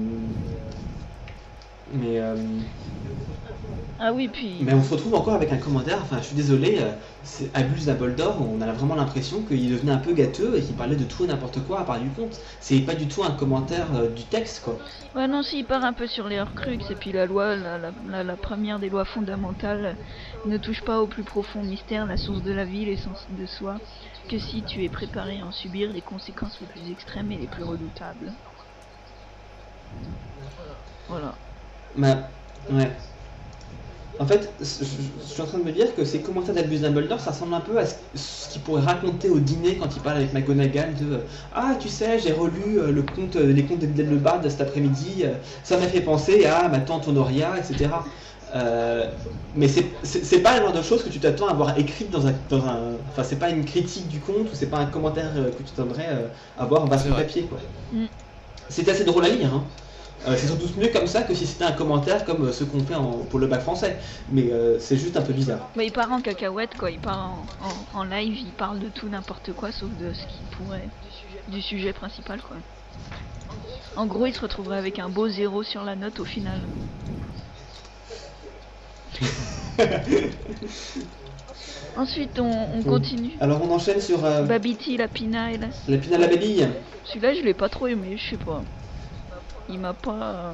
mais, euh, Ah oui, puis... mais on se retrouve encore avec un commentaire, enfin je suis désolé, euh, c'est Albus Dumbledore, on a vraiment l'impression qu'il devenait un peu gâteux et qu'il parlait de tout et n'importe quoi à part du conte. C'est pas du tout un commentaire euh, du texte quoi. Ouais, non, si, il part un peu sur les Horcruxes, et puis la loi, la, la, la, la première des lois fondamentales, euh, ne touche pas au plus profond mystère, la source de la vie, l'essence de soi, que si tu es préparé à en subir les conséquences les plus extrêmes et les plus redoutables. Voilà. Bah, ouais. En fait, je, je suis en train de me dire que ces commentaires d'Albus Dumbledore, ça ressemble un peu à ce, ce qu'il pourrait raconter au dîner quand il parle avec McGonagall de euh, ah tu sais j'ai relu euh, le conte, euh, les contes de Biddle le Bard cet après-midi, euh, ça m'a fait penser à ma tante Honoria, et cetera. Euh, mais c'est, c'est, c'est pas le genre de choses que tu t'attends à avoir écrite dans un, dans un, enfin c'est pas une critique du conte ou c'est pas un commentaire euh, que tu t'aimerais euh, avoir en bas C'est de vrai. papier quoi. Mm. C'est assez drôle à lire hein. Euh, c'est surtout mieux comme ça que si c'était un commentaire comme euh, ceux qu'on fait en- pour le bac français. Mais euh, c'est juste un peu bizarre. Bah, il part en cacahuète, quoi, il part en, en, en live, il parle de tout n'importe quoi, sauf de ce qui pourrait... du sujet principal, quoi. En gros, il se retrouverait avec un beau zéro sur la note au final. Ensuite, on, on continue. Alors on enchaîne sur euh, Babity, la Pina et la... la Pina la Babille. Celui-là, je l'ai pas trop aimé, je sais pas. Il m'a pas... euh,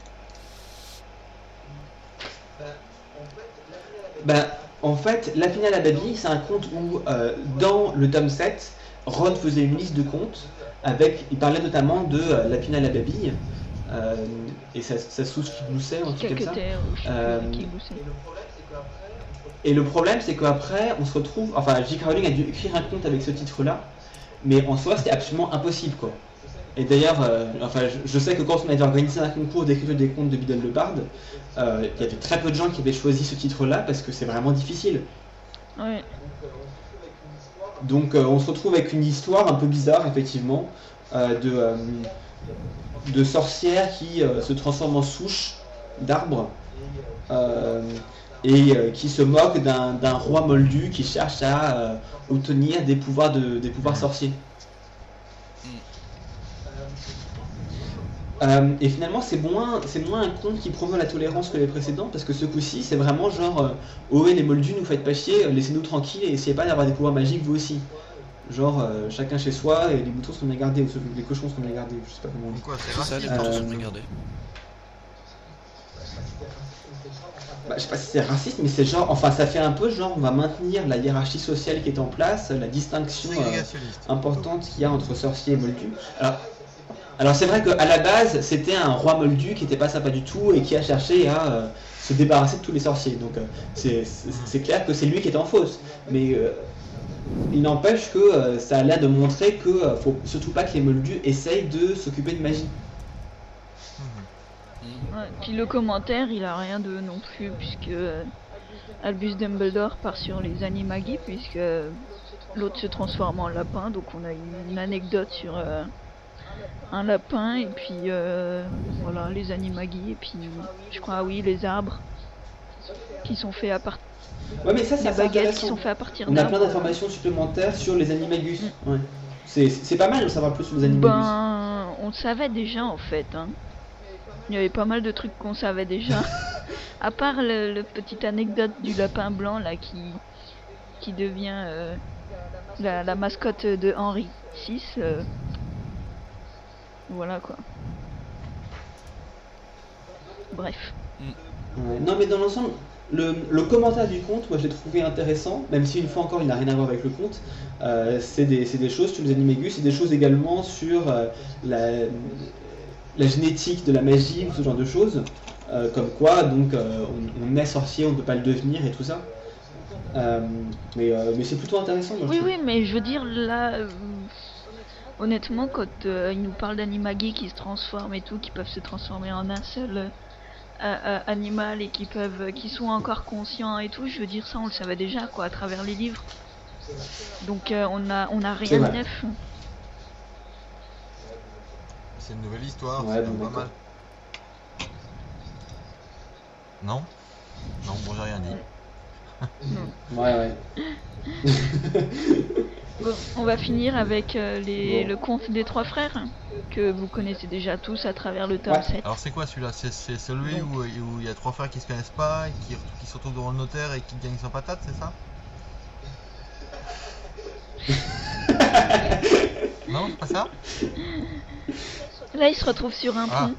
Bah, en fait, La Pina la Babille, c'est un conte où, euh, dans le tome sept, Ron faisait une liste de contes, avec, il parlait notamment de euh, La Pina la Babille, euh, et ça, ça sous-gloussait, un truc comme ça. Caqueter, ou je sais Euh, plus qui gloussait. Et le problème, c'est qu'après, on se retrouve, enfin, J K Rowling a dû écrire un conte avec ce titre-là, mais en soi, c'était absolument impossible, quoi. Et d'ailleurs, euh, enfin, je, je sais que quand on avait organisé un concours d'écriture des contes de Biddle le Bard, euh, il y avait très peu de gens qui avaient choisi ce titre-là parce que c'est vraiment difficile. Ouais. Donc, euh, on se retrouve avec une histoire un peu bizarre, effectivement, euh, de, euh, de sorcières qui euh, se transforment en souches d'arbres euh, et euh, qui se moquent d'un d'un roi moldu qui cherche à euh, obtenir des pouvoirs, de, des pouvoirs sorciers. Euh, et finalement, c'est moins, c'est moins un conte qui promeut la tolérance que les précédents, parce que ce coup-ci, c'est vraiment genre euh, oh, les moldus, nous faites pas chier, euh, laissez-nous tranquilles et essayez pas d'avoir des pouvoirs magiques vous aussi. Genre euh, chacun chez soi et les moutons sont bien gardés, ou ceux- les cochons sont bien gardés, je sais pas comment on dit. Donc quoi, c'est C'est ça, raciste. les parents Euh, sont bien gardés. Bah, je sais pas si c'est raciste, mais c'est genre, enfin ça fait un peu genre on va maintenir la hiérarchie sociale qui est en place, la distinction euh, Ségrégationniste. importante qu'il y a entre sorciers et moldus. Alors, alors c'est vrai qu'à la base c'était un roi moldu qui était pas sympa du tout et qui a cherché à euh, se débarrasser de tous les sorciers. Donc euh, c'est, c'est, c'est clair que c'est lui qui est en fausse. Mais euh, il n'empêche que euh, ça a l'air de montrer que euh, faut surtout pas que les moldus essayent de s'occuper de magie. Mhm. Ouais. Puis le commentaire, il a rien de non plus, puisque euh, Albus Dumbledore part sur les animagi, puisque euh, l'autre se transforme en lapin, donc on a une, une anecdote sur euh, un lapin, et puis euh, voilà, les animagi, et puis je crois, ah oui, les arbres qui sont faits à partir... Ouais mais ça c'est Les assez baguettes qui intéressant. sont faites à partir On a plein d'arbres. d'informations supplémentaires sur les animagus. Ouais. C'est, c'est pas mal de savoir plus sur les animagus. Ben, on le savait déjà en fait. Hein. Il y avait pas mal de trucs qu'on savait déjà. À part le, le petite anecdote du lapin blanc là qui qui devient euh, la, la mascotte de Henri six. euh, Voilà quoi. Bref. Ouais. Non mais dans l'ensemble, le, le commentaire du conte, moi je l'ai trouvé intéressant, même si une fois encore il n'a rien à voir avec le conte. Euh, c'est, des, c'est des choses sur les animagus, c'est des choses également sur euh, la, la génétique de la magie ou ce genre de choses. euh, comme quoi donc euh, on, on est sorcier, on ne peut pas le devenir et tout ça. Euh, mais euh, mais c'est plutôt intéressant. Moi, Oui, je oui, mais je veux dire, là, euh, honnêtement, quand euh, ils nous parlent d'animagi qui se transforment et tout, qui peuvent se transformer en un seul euh, euh, animal et qui peuvent, qui sont encore conscients et tout, je veux dire, ça, on le savait déjà, quoi, à travers les livres. Donc, euh, on a, on a C'est rien de vrai. neuf. C'est une nouvelle histoire, Ouais, c'est bon, pas d'accord. mal. Non Non, bon, j'ai rien dit. Ouais, ouais. Bon, on va finir avec euh, les, Bon. le conte des trois frères, que vous connaissez déjà tous à travers le tome Ouais. sept. Alors c'est quoi celui-là? C'est c'est celui où où il y a trois frères qui se connaissent pas, et qui, qui se retrouvent devant le notaire et qui gagnent sans patate, c'est ça? Non, c'est pas ça? Là, ils se retrouvent sur un Ah. pont.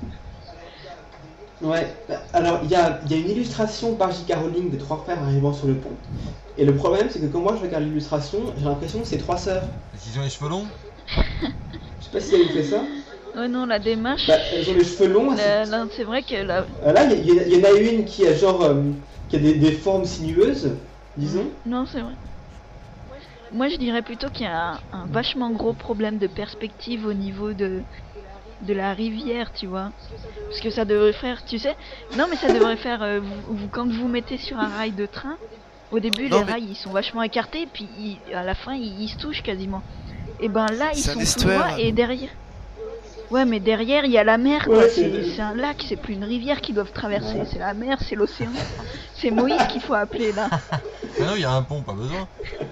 Ouais, alors il y a, il y a une illustration par J K Rowling des trois frères arrivant sur le pont. Et le problème, c'est que quand moi je regarde l'illustration, j'ai l'impression que c'est trois sœurs. Est-ce qu'ils ont les cheveux longs? Je sais pas si elle fait ça. Ouais, non, la démarche. Bah, elles ont les cheveux longs. là, c'est- là, c'est vrai que là. Euh, Là, il y, a- il y en a une qui a genre euh, qui a des, des formes sinueuses, disons. Non, c'est vrai. Moi, je dirais plutôt qu'il y a un, un vachement gros problème de perspective au niveau de de la rivière, tu vois. Parce que ça devrait faire, tu sais. Non, mais ça devrait faire. euh, vous, vous- quand vous mettez sur un rail de train, au début, Non, les mais- rails ils sont vachement écartés, puis ils- à la fin, ils, ils se touchent quasiment. Et ben là, ils C'est un sont tout estuaire. droits et derrière. Ouais, mais derrière, il y a la mer, quoi. Ouais, c'est c'est- c'est un lac, c'est plus une rivière qu'ils doivent traverser. Ouais. C'est la mer, c'est l'océan. C'est Moïse qu'il faut appeler là. Mais non, il y a un pont, pas besoin.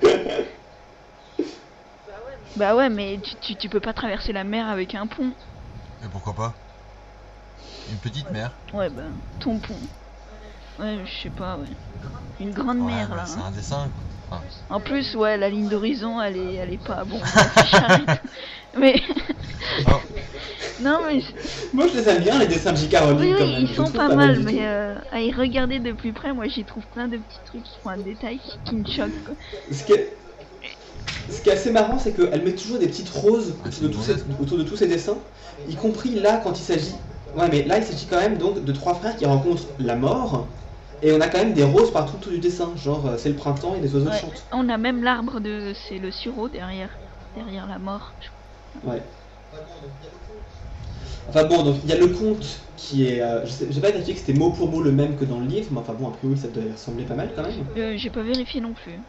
Bah ouais, mais tu, tu, tu peux pas traverser la mer avec un pont. Mais pourquoi pas? Une petite mer. Ouais, bah, ton pont. Ouais, je sais pas, ouais. Une grande Ouais, mer mais là. c'est hein. un dessin, quoi. En plus, ouais, la ligne d'horizon, elle est, elle est pas bon. j'arrête. mais Alors, non, mais c'est- Moi, je les aime bien les dessins de J K Rowling. oui, quand oui, même. ils Je sont trouve pas mal, du mais tout. euh, à y regarder de plus près, moi j'y trouve plein de petits trucs, enfin, un détail qui, qui me choquent. Quoi. Ce qui est, ce qui est assez marrant, c'est qu'elle met toujours des petites roses Ah, autour de, c'est tous ces, modeste. autour de tous ces dessins, y compris là quand il s'agit. Ouais, mais là il s'agit quand même donc de trois frères qui rencontrent la mort, et on a quand même des roses partout autour du dessin, genre euh, c'est le printemps et les oiseaux Ouais, chantent. on a même l'arbre de, c'est le sureau derrière, derrière la mort. Ouais. Enfin bon, donc il y a le conte qui est. Euh, je sais- j'ai pas vérifié que c'était mot pour mot le même que dans le livre, mais enfin bon, a priori ça doit y ressembler pas mal quand même. Euh, J'ai pas vérifié non plus.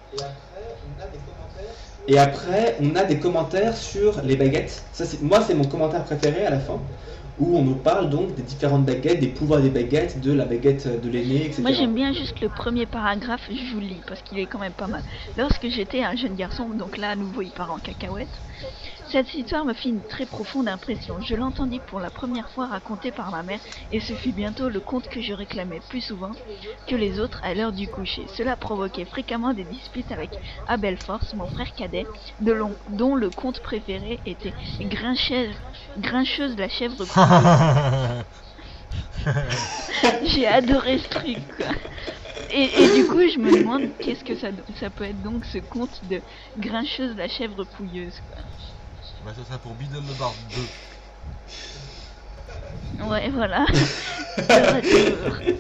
Et après, on a des commentaires sur les baguettes. Ça, c'est, moi, c'est mon commentaire préféré à la fin, où on nous parle donc des différentes baguettes, des pouvoirs des baguettes, de la baguette de l'aîné, et cetera. Moi j'aime bien juste le premier paragraphe, je vous le lis parce qu'il est quand même pas mal. Lorsque j'étais un jeune garçon, donc là à nouveau il part en cacahuète, cette histoire me fit une très profonde impression. Je l'entendis pour la première fois racontée par ma mère et ce fut bientôt le conte que je réclamais plus souvent que les autres à l'heure du coucher. Cela provoquait fréquemment des disputes avec Abel Force, mon frère cadet, de long, dont le conte préféré était Grincheuse, Grincheuse la chèvre. J'ai adoré ce truc quoi. Et, et du coup je me demande qu'est-ce que ça, ça peut être donc ce conte de Grincheuse la chèvre pouilleuse quoi. bah, ça serait pour Beedle le Bard deux. Ouais voilà. De retour.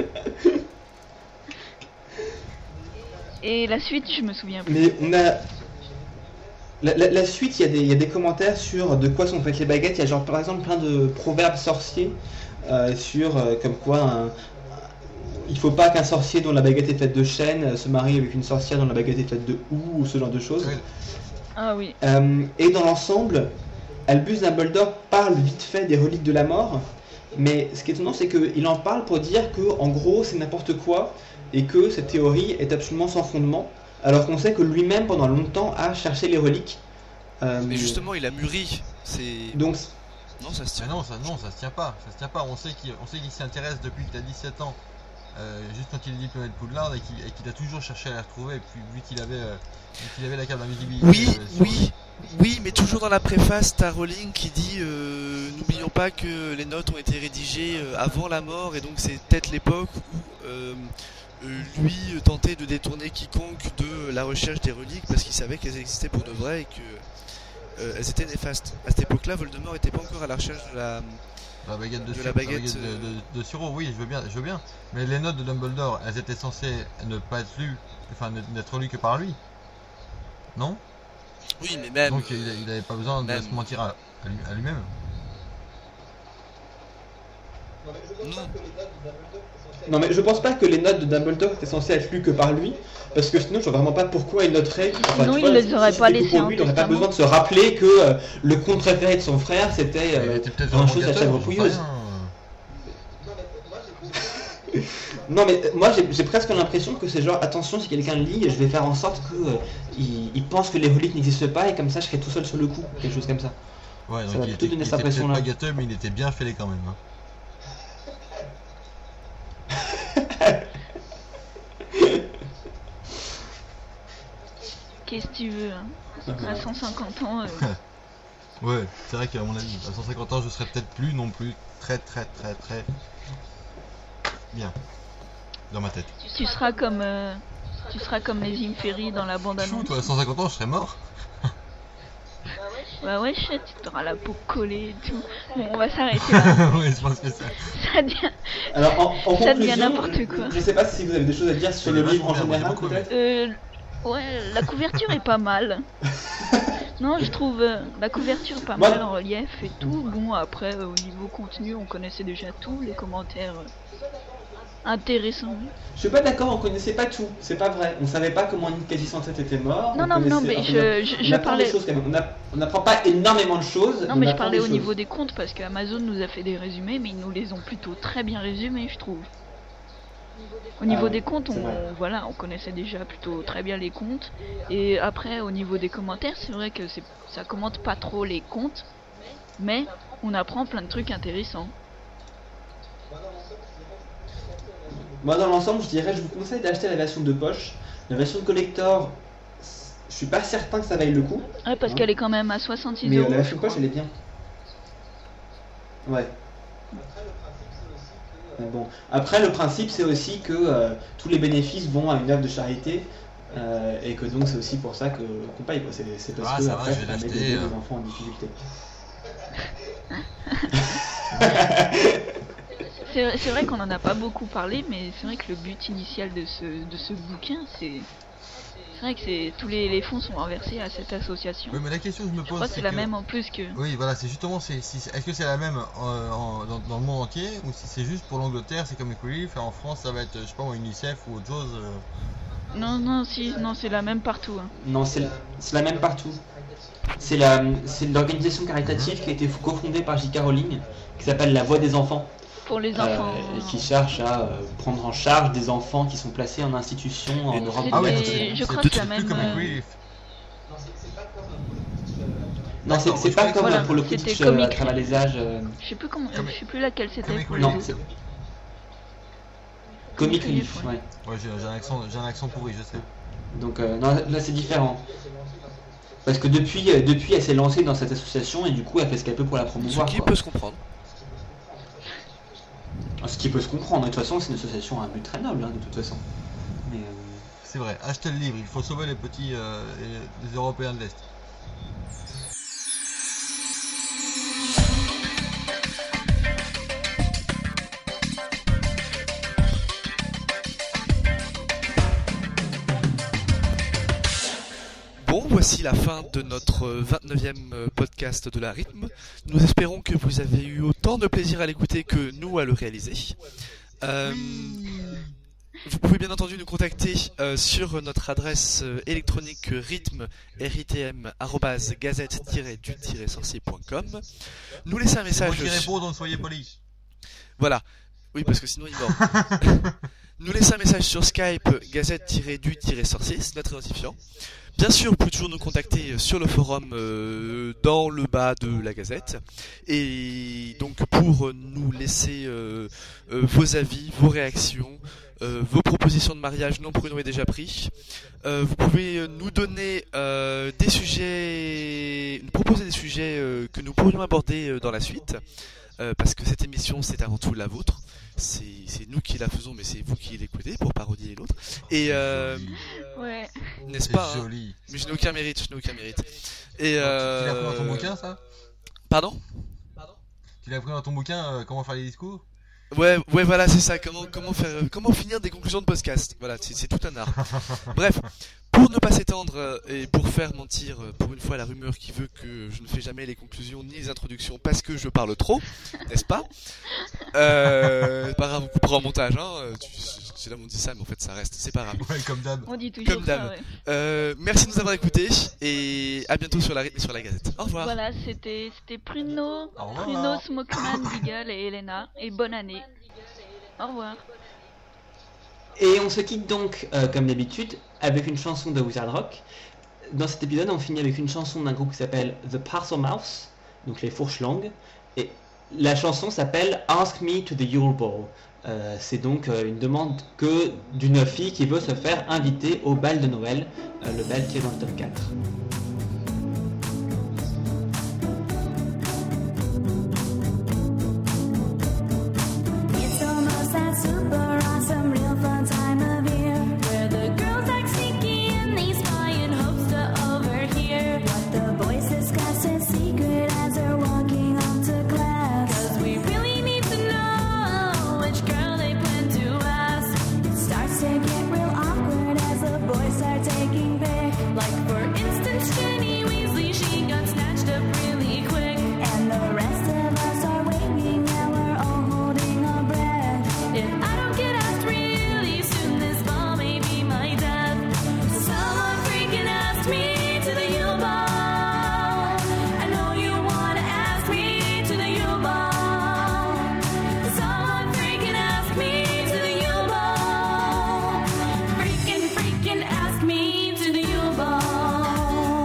Et la suite je me souviens plus. Mais on a. La, la- la suite, il y, a des- il y a des commentaires sur de quoi sont faites les baguettes. Il y a genre par exemple plein de proverbes sorciers euh, sur euh, comme quoi un- il faut pas qu'un sorcier dont la baguette est faite de chêne euh, se marie avec une sorcière dont la baguette est faite de houx ou ce genre de choses. Oui. Ah oui. Euh, et dans l'ensemble, Albus Dumbledore parle vite fait des reliques de la mort, mais ce qui est étonnant, c'est qu'il en parle pour dire que en gros c'est n'importe quoi et que cette théorie est absolument sans fondement, alors qu'on sait que lui-même pendant longtemps a cherché les reliques. Euh, Mais justement, il a mûri. C'est. donc Non, ça se Mais tient. non, ça, non, ça se tient pas, ça se tient pas. On sait qu'il, on sait qu'il s'y intéresse depuis qu'il a dix-sept ans, euh, juste quand il est diplômé de Poudlard, et qu'il, et qu'il a toujours cherché à les retrouver, et puis vu qu'il avait, euh, vu qu'il avait la carte d'invisibilité. Oui, euh, sur lui. oui, oui, mais toujours dans la préface, t'as Rowling qui dit euh, n'oublions pas que les notes ont été rédigées euh, avant la mort, et donc c'est peut-être l'époque où euh, euh, lui euh, tentait de détourner quiconque de la recherche des reliques parce qu'il savait qu'elles existaient pour de vrai et que euh, elles étaient néfastes. À cette époque-là, Voldemort n'était pas encore à la recherche de la, La baguette de, De Sur- la baguette, de, euh, de, de Suro, oui, je veux bien, je veux bien. Mais les notes de Dumbledore, elles étaient censées ne pas être lues, enfin ne- n'être lues que par lui. Non? Oui, mais même. Donc il, il avait pas besoin même. de se mentir à, à lui- à lui-même. Non. Non, mais je pense pas que les notes de Dumbledore étaient censées être lues que par lui, parce que sinon je vois vraiment pas pourquoi il noterait. Enfin, Sinon, tu il vois, les aurait si pas c'était que laissés pour en lui, il n'aurait pas testament. besoin de se rappeler que euh, le conte préféré de son frère c'était il euh, était peut-être un un chose à menteur, chèvre j'en sais pouilleuse. rien. Non, mais euh, moi j'ai j'ai presque l'impression que c'est genre attention, si quelqu'un le lit, je vais faire en sorte que euh, il, il pense que les reliques n'existent pas et comme ça je serai tout seul sur le coup, quelque chose comme ça. Ouais, Ça donc va il plutôt était, donner il cette était peut-être impression-là. pas gâteux, mais il était bien fêlé quand même. Hein. Qu'est-ce que tu veux hein. À cent cinquante ans, euh, Ouais, c'est vrai qu'à mon avis, à cent cinquante ans, je serais peut-être plus non plus très très très très bien dans ma tête. tu seras comme euh, tu seras comme les Inferi dans la bande Chou, annonce. toi à cent cinquante ans, je serais mort. Bah ouais, chut, tu auras la peau collée et tout. Bon, on va s'arrêter là. Oui, je pense que ça. Ça devient... Alors en, en Ça devient conclusion, n'importe quoi. je sais pas si vous avez des choses à dire sur Il est le livre en vachement bien, moi, j'ai général beaucoup peut-être. Euh, ouais, la couverture est pas mal. Non, je trouve euh, la couverture pas Moi- mal en relief et tout. Bon, après, euh, au niveau contenu, on connaissait déjà tout. Les commentaires euh, intéressants. Je suis pas d'accord, on connaissait pas tout, c'est pas vrai. On savait pas comment Nick Quasi-Cent-Sept était mort. Non, on non, non, connaissait- mais enfin, je, on je, on je apprend parlais... des choses quand même. On, a- on apprend pas énormément de choses. Non, on mais je apprend parlais des au choses. niveau des comptes parce qu'Amazon nous a fait des résumés, mais ils nous les ont plutôt très bien résumés, je trouve. Au niveau Ah ouais, des comptes, c'est on, vrai. voilà, on connaissait déjà plutôt très bien les comptes. Et après, au niveau des commentaires, c'est vrai que c'est, ça commente pas trop les comptes, mais on apprend plein de trucs intéressants. Moi, dans l'ensemble, je dirais, je vous conseille d'acheter la version de poche. La version de collector, je suis pas certain que ça vaille le coup. Ouais, parce Hein. qu'elle est quand même à soixante-six Mais euh, euros. la je version de poche, crois. elle est bien. Ouais. Mais bon. Après, le principe, c'est aussi que euh, tous les bénéfices vont à une œuvre de charité. euh, et que donc, c'est aussi pour ça que qu'on paye. quoi. C'est c'est parce Ah, que ça va, après, je vais ça permet l'acheter, d'aider euh. les enfants en difficulté. C'est, c'est vrai qu'on en a pas beaucoup parlé, mais c'est vrai que le but initial de ce, de ce bouquin, c'est... C'est vrai que c'est, tous les, les fonds sont reversés à cette association. Oui, mais la question que je me Je pose, crois que c'est la que- même en plus que... Oui, voilà, c'est justement, c'est, si, est-ce que c'est la même euh, en- dans, dans le monde entier ou si c'est juste pour l'Angleterre, c'est comme Relief et en France ça va être, je sais pas, moi, UNICEF ou autre chose. euh. Non, non, si, non, c'est la même partout. hein. Non, c'est c'est la même partout. C'est la c'est l'organisation caritative qui a été cofondée par J K Rowling, qui s'appelle La Voix des enfants, Pour les euh, enfants. et qui cherche à euh, prendre en charge des enfants qui sont placés en institution en Et Europe. c'est Ah ouais, des- donc c'est, je c'est crois deux que c'est la trucs plus même, comme euh, Relief. Non, c'est D'accord, c'est je pas croyais que comme voilà, euh, pour le c'était Quidditch Comic euh, à travers les âges. euh, Je sais plus comment, Comme- je sais plus laquelle c'était Comic pour Relief. les Non, autres. c'est Comic Relief, Relief, ouais. ouais. Ouais, j'ai, j'ai un accent, j'ai un accent pourri, je sais. Donc euh, non, là c'est différent. Parce que depuis, euh, depuis elle s'est lancée dans cette association et du coup elle fait ce qu'elle peut pour la Ce promouvoir. qui quoi. peut se comprendre. Ce qui peut se comprendre, de toute façon c'est une association à un but très noble, hein, de toute façon. Mais, euh, C'est vrai, achetez le livre, il faut sauver les petits, euh, les, les Européens de l'Est. Bon, voici la fin de notre vingt-neuvième podcast de la rythme. Nous espérons que vous avez eu autant de plaisir à l'écouter que nous à le réaliser. Euh, vous pouvez bien entendu nous contacter euh, sur notre adresse euh, électronique rythme rytm arobase gazette du sorcier point com. Nous laisser un C'est moi message. qui sur- réponds, donc soyez polis. Voilà. Oui, parce que sinon il mord. Nous laisser un message sur Skype gazette du sorcier, c'est notre identifiant. Bien sûr, vous pouvez toujours nous contacter sur le forum euh, dans le bas de la Gazette. Et donc pour nous laisser euh, euh, vos avis, vos réactions, euh, vos propositions de mariage non prénommées déjà pris, euh, vous pouvez nous donner euh, des sujets, nous proposer des sujets euh, que nous pourrions aborder euh, dans la suite. Euh, parce que cette émission c'est avant tout la vôtre. C'est, c'est nous qui la faisons, mais c'est vous qui l'écoutez pour parodier l'autre. Et euh, Joli. Ouais. n'est-ce C'est pas hein joli. Mais je n'ai aucun mérite, je n'ai aucun mérite. Et Tu l'as euh... pris dans ton bouquin, ça Pardon Tu l'as pris dans ton bouquin, euh, comment faire les discours? Ouais, ouais, voilà, c'est ça. Comment, comment faire, comment finir des conclusions de podcast. Voilà, c'est, c'est tout un art. Bref, pour ne pas s'étendre euh, et pour faire mentir euh, pour une fois la rumeur qui veut que je ne fais jamais les conclusions ni les introductions parce que je parle trop, n'est-ce pas? Euh, c'est pas grave, on coupera en montage, hein. Tu, c'est là où on dit ça, mais en fait ça reste, c'est pas grave. Ouais, comme d'hab. On dit toujours Comme ça, d'hab. ouais. Euh, merci de nous avoir écoutés et à bientôt sur la rythme et sur la Gazette. Au revoir. Voilà, c'était c'était Pruno, Au revoir. Pruno, Smokeman, Beagle et Elena. Et bonne année. Au revoir. Et on se quitte donc, euh, comme d'habitude, avec une chanson de Wizard Rock. Dans cet épisode, on finit avec une chanson d'un groupe qui s'appelle The Parcel Mouse, donc les fourches langues. Et la chanson s'appelle Ask Me to the Yule Ball. Euh, c'est donc euh, une demande que d'une fille qui veut se faire inviter au bal de Noël, euh, le bal qui est dans le top quatre. It's almost that super awesome, real fun time of year where the girls act sneaky and they spy in hopes to overhear what the boys discuss in secret as they're walking off to class. 'Cause we really need to know which girl they plan to ask. It starts to get real awkward as the boys start taking pick. Like for instance, Jenny Weasley, she got snatched up really quick, and the rest of us are waiting and we're all holding our breath. If I don't get asked really soon, this ball may be my death. Someone freaking asked me to the Yule Ball. I know you wanna ask me to the Yule Ball. Someone freaking asked me to the Yule Ball. Freaking, freaking ask me to the Yule Ball.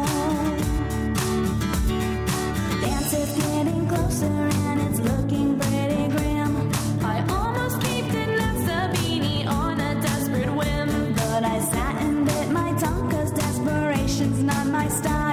Dance is getting closer and it's looking pretty grim. I almost caved in that Sabini on a desperate whim, but I sat and bit my tongue 'cause desperation's not my style.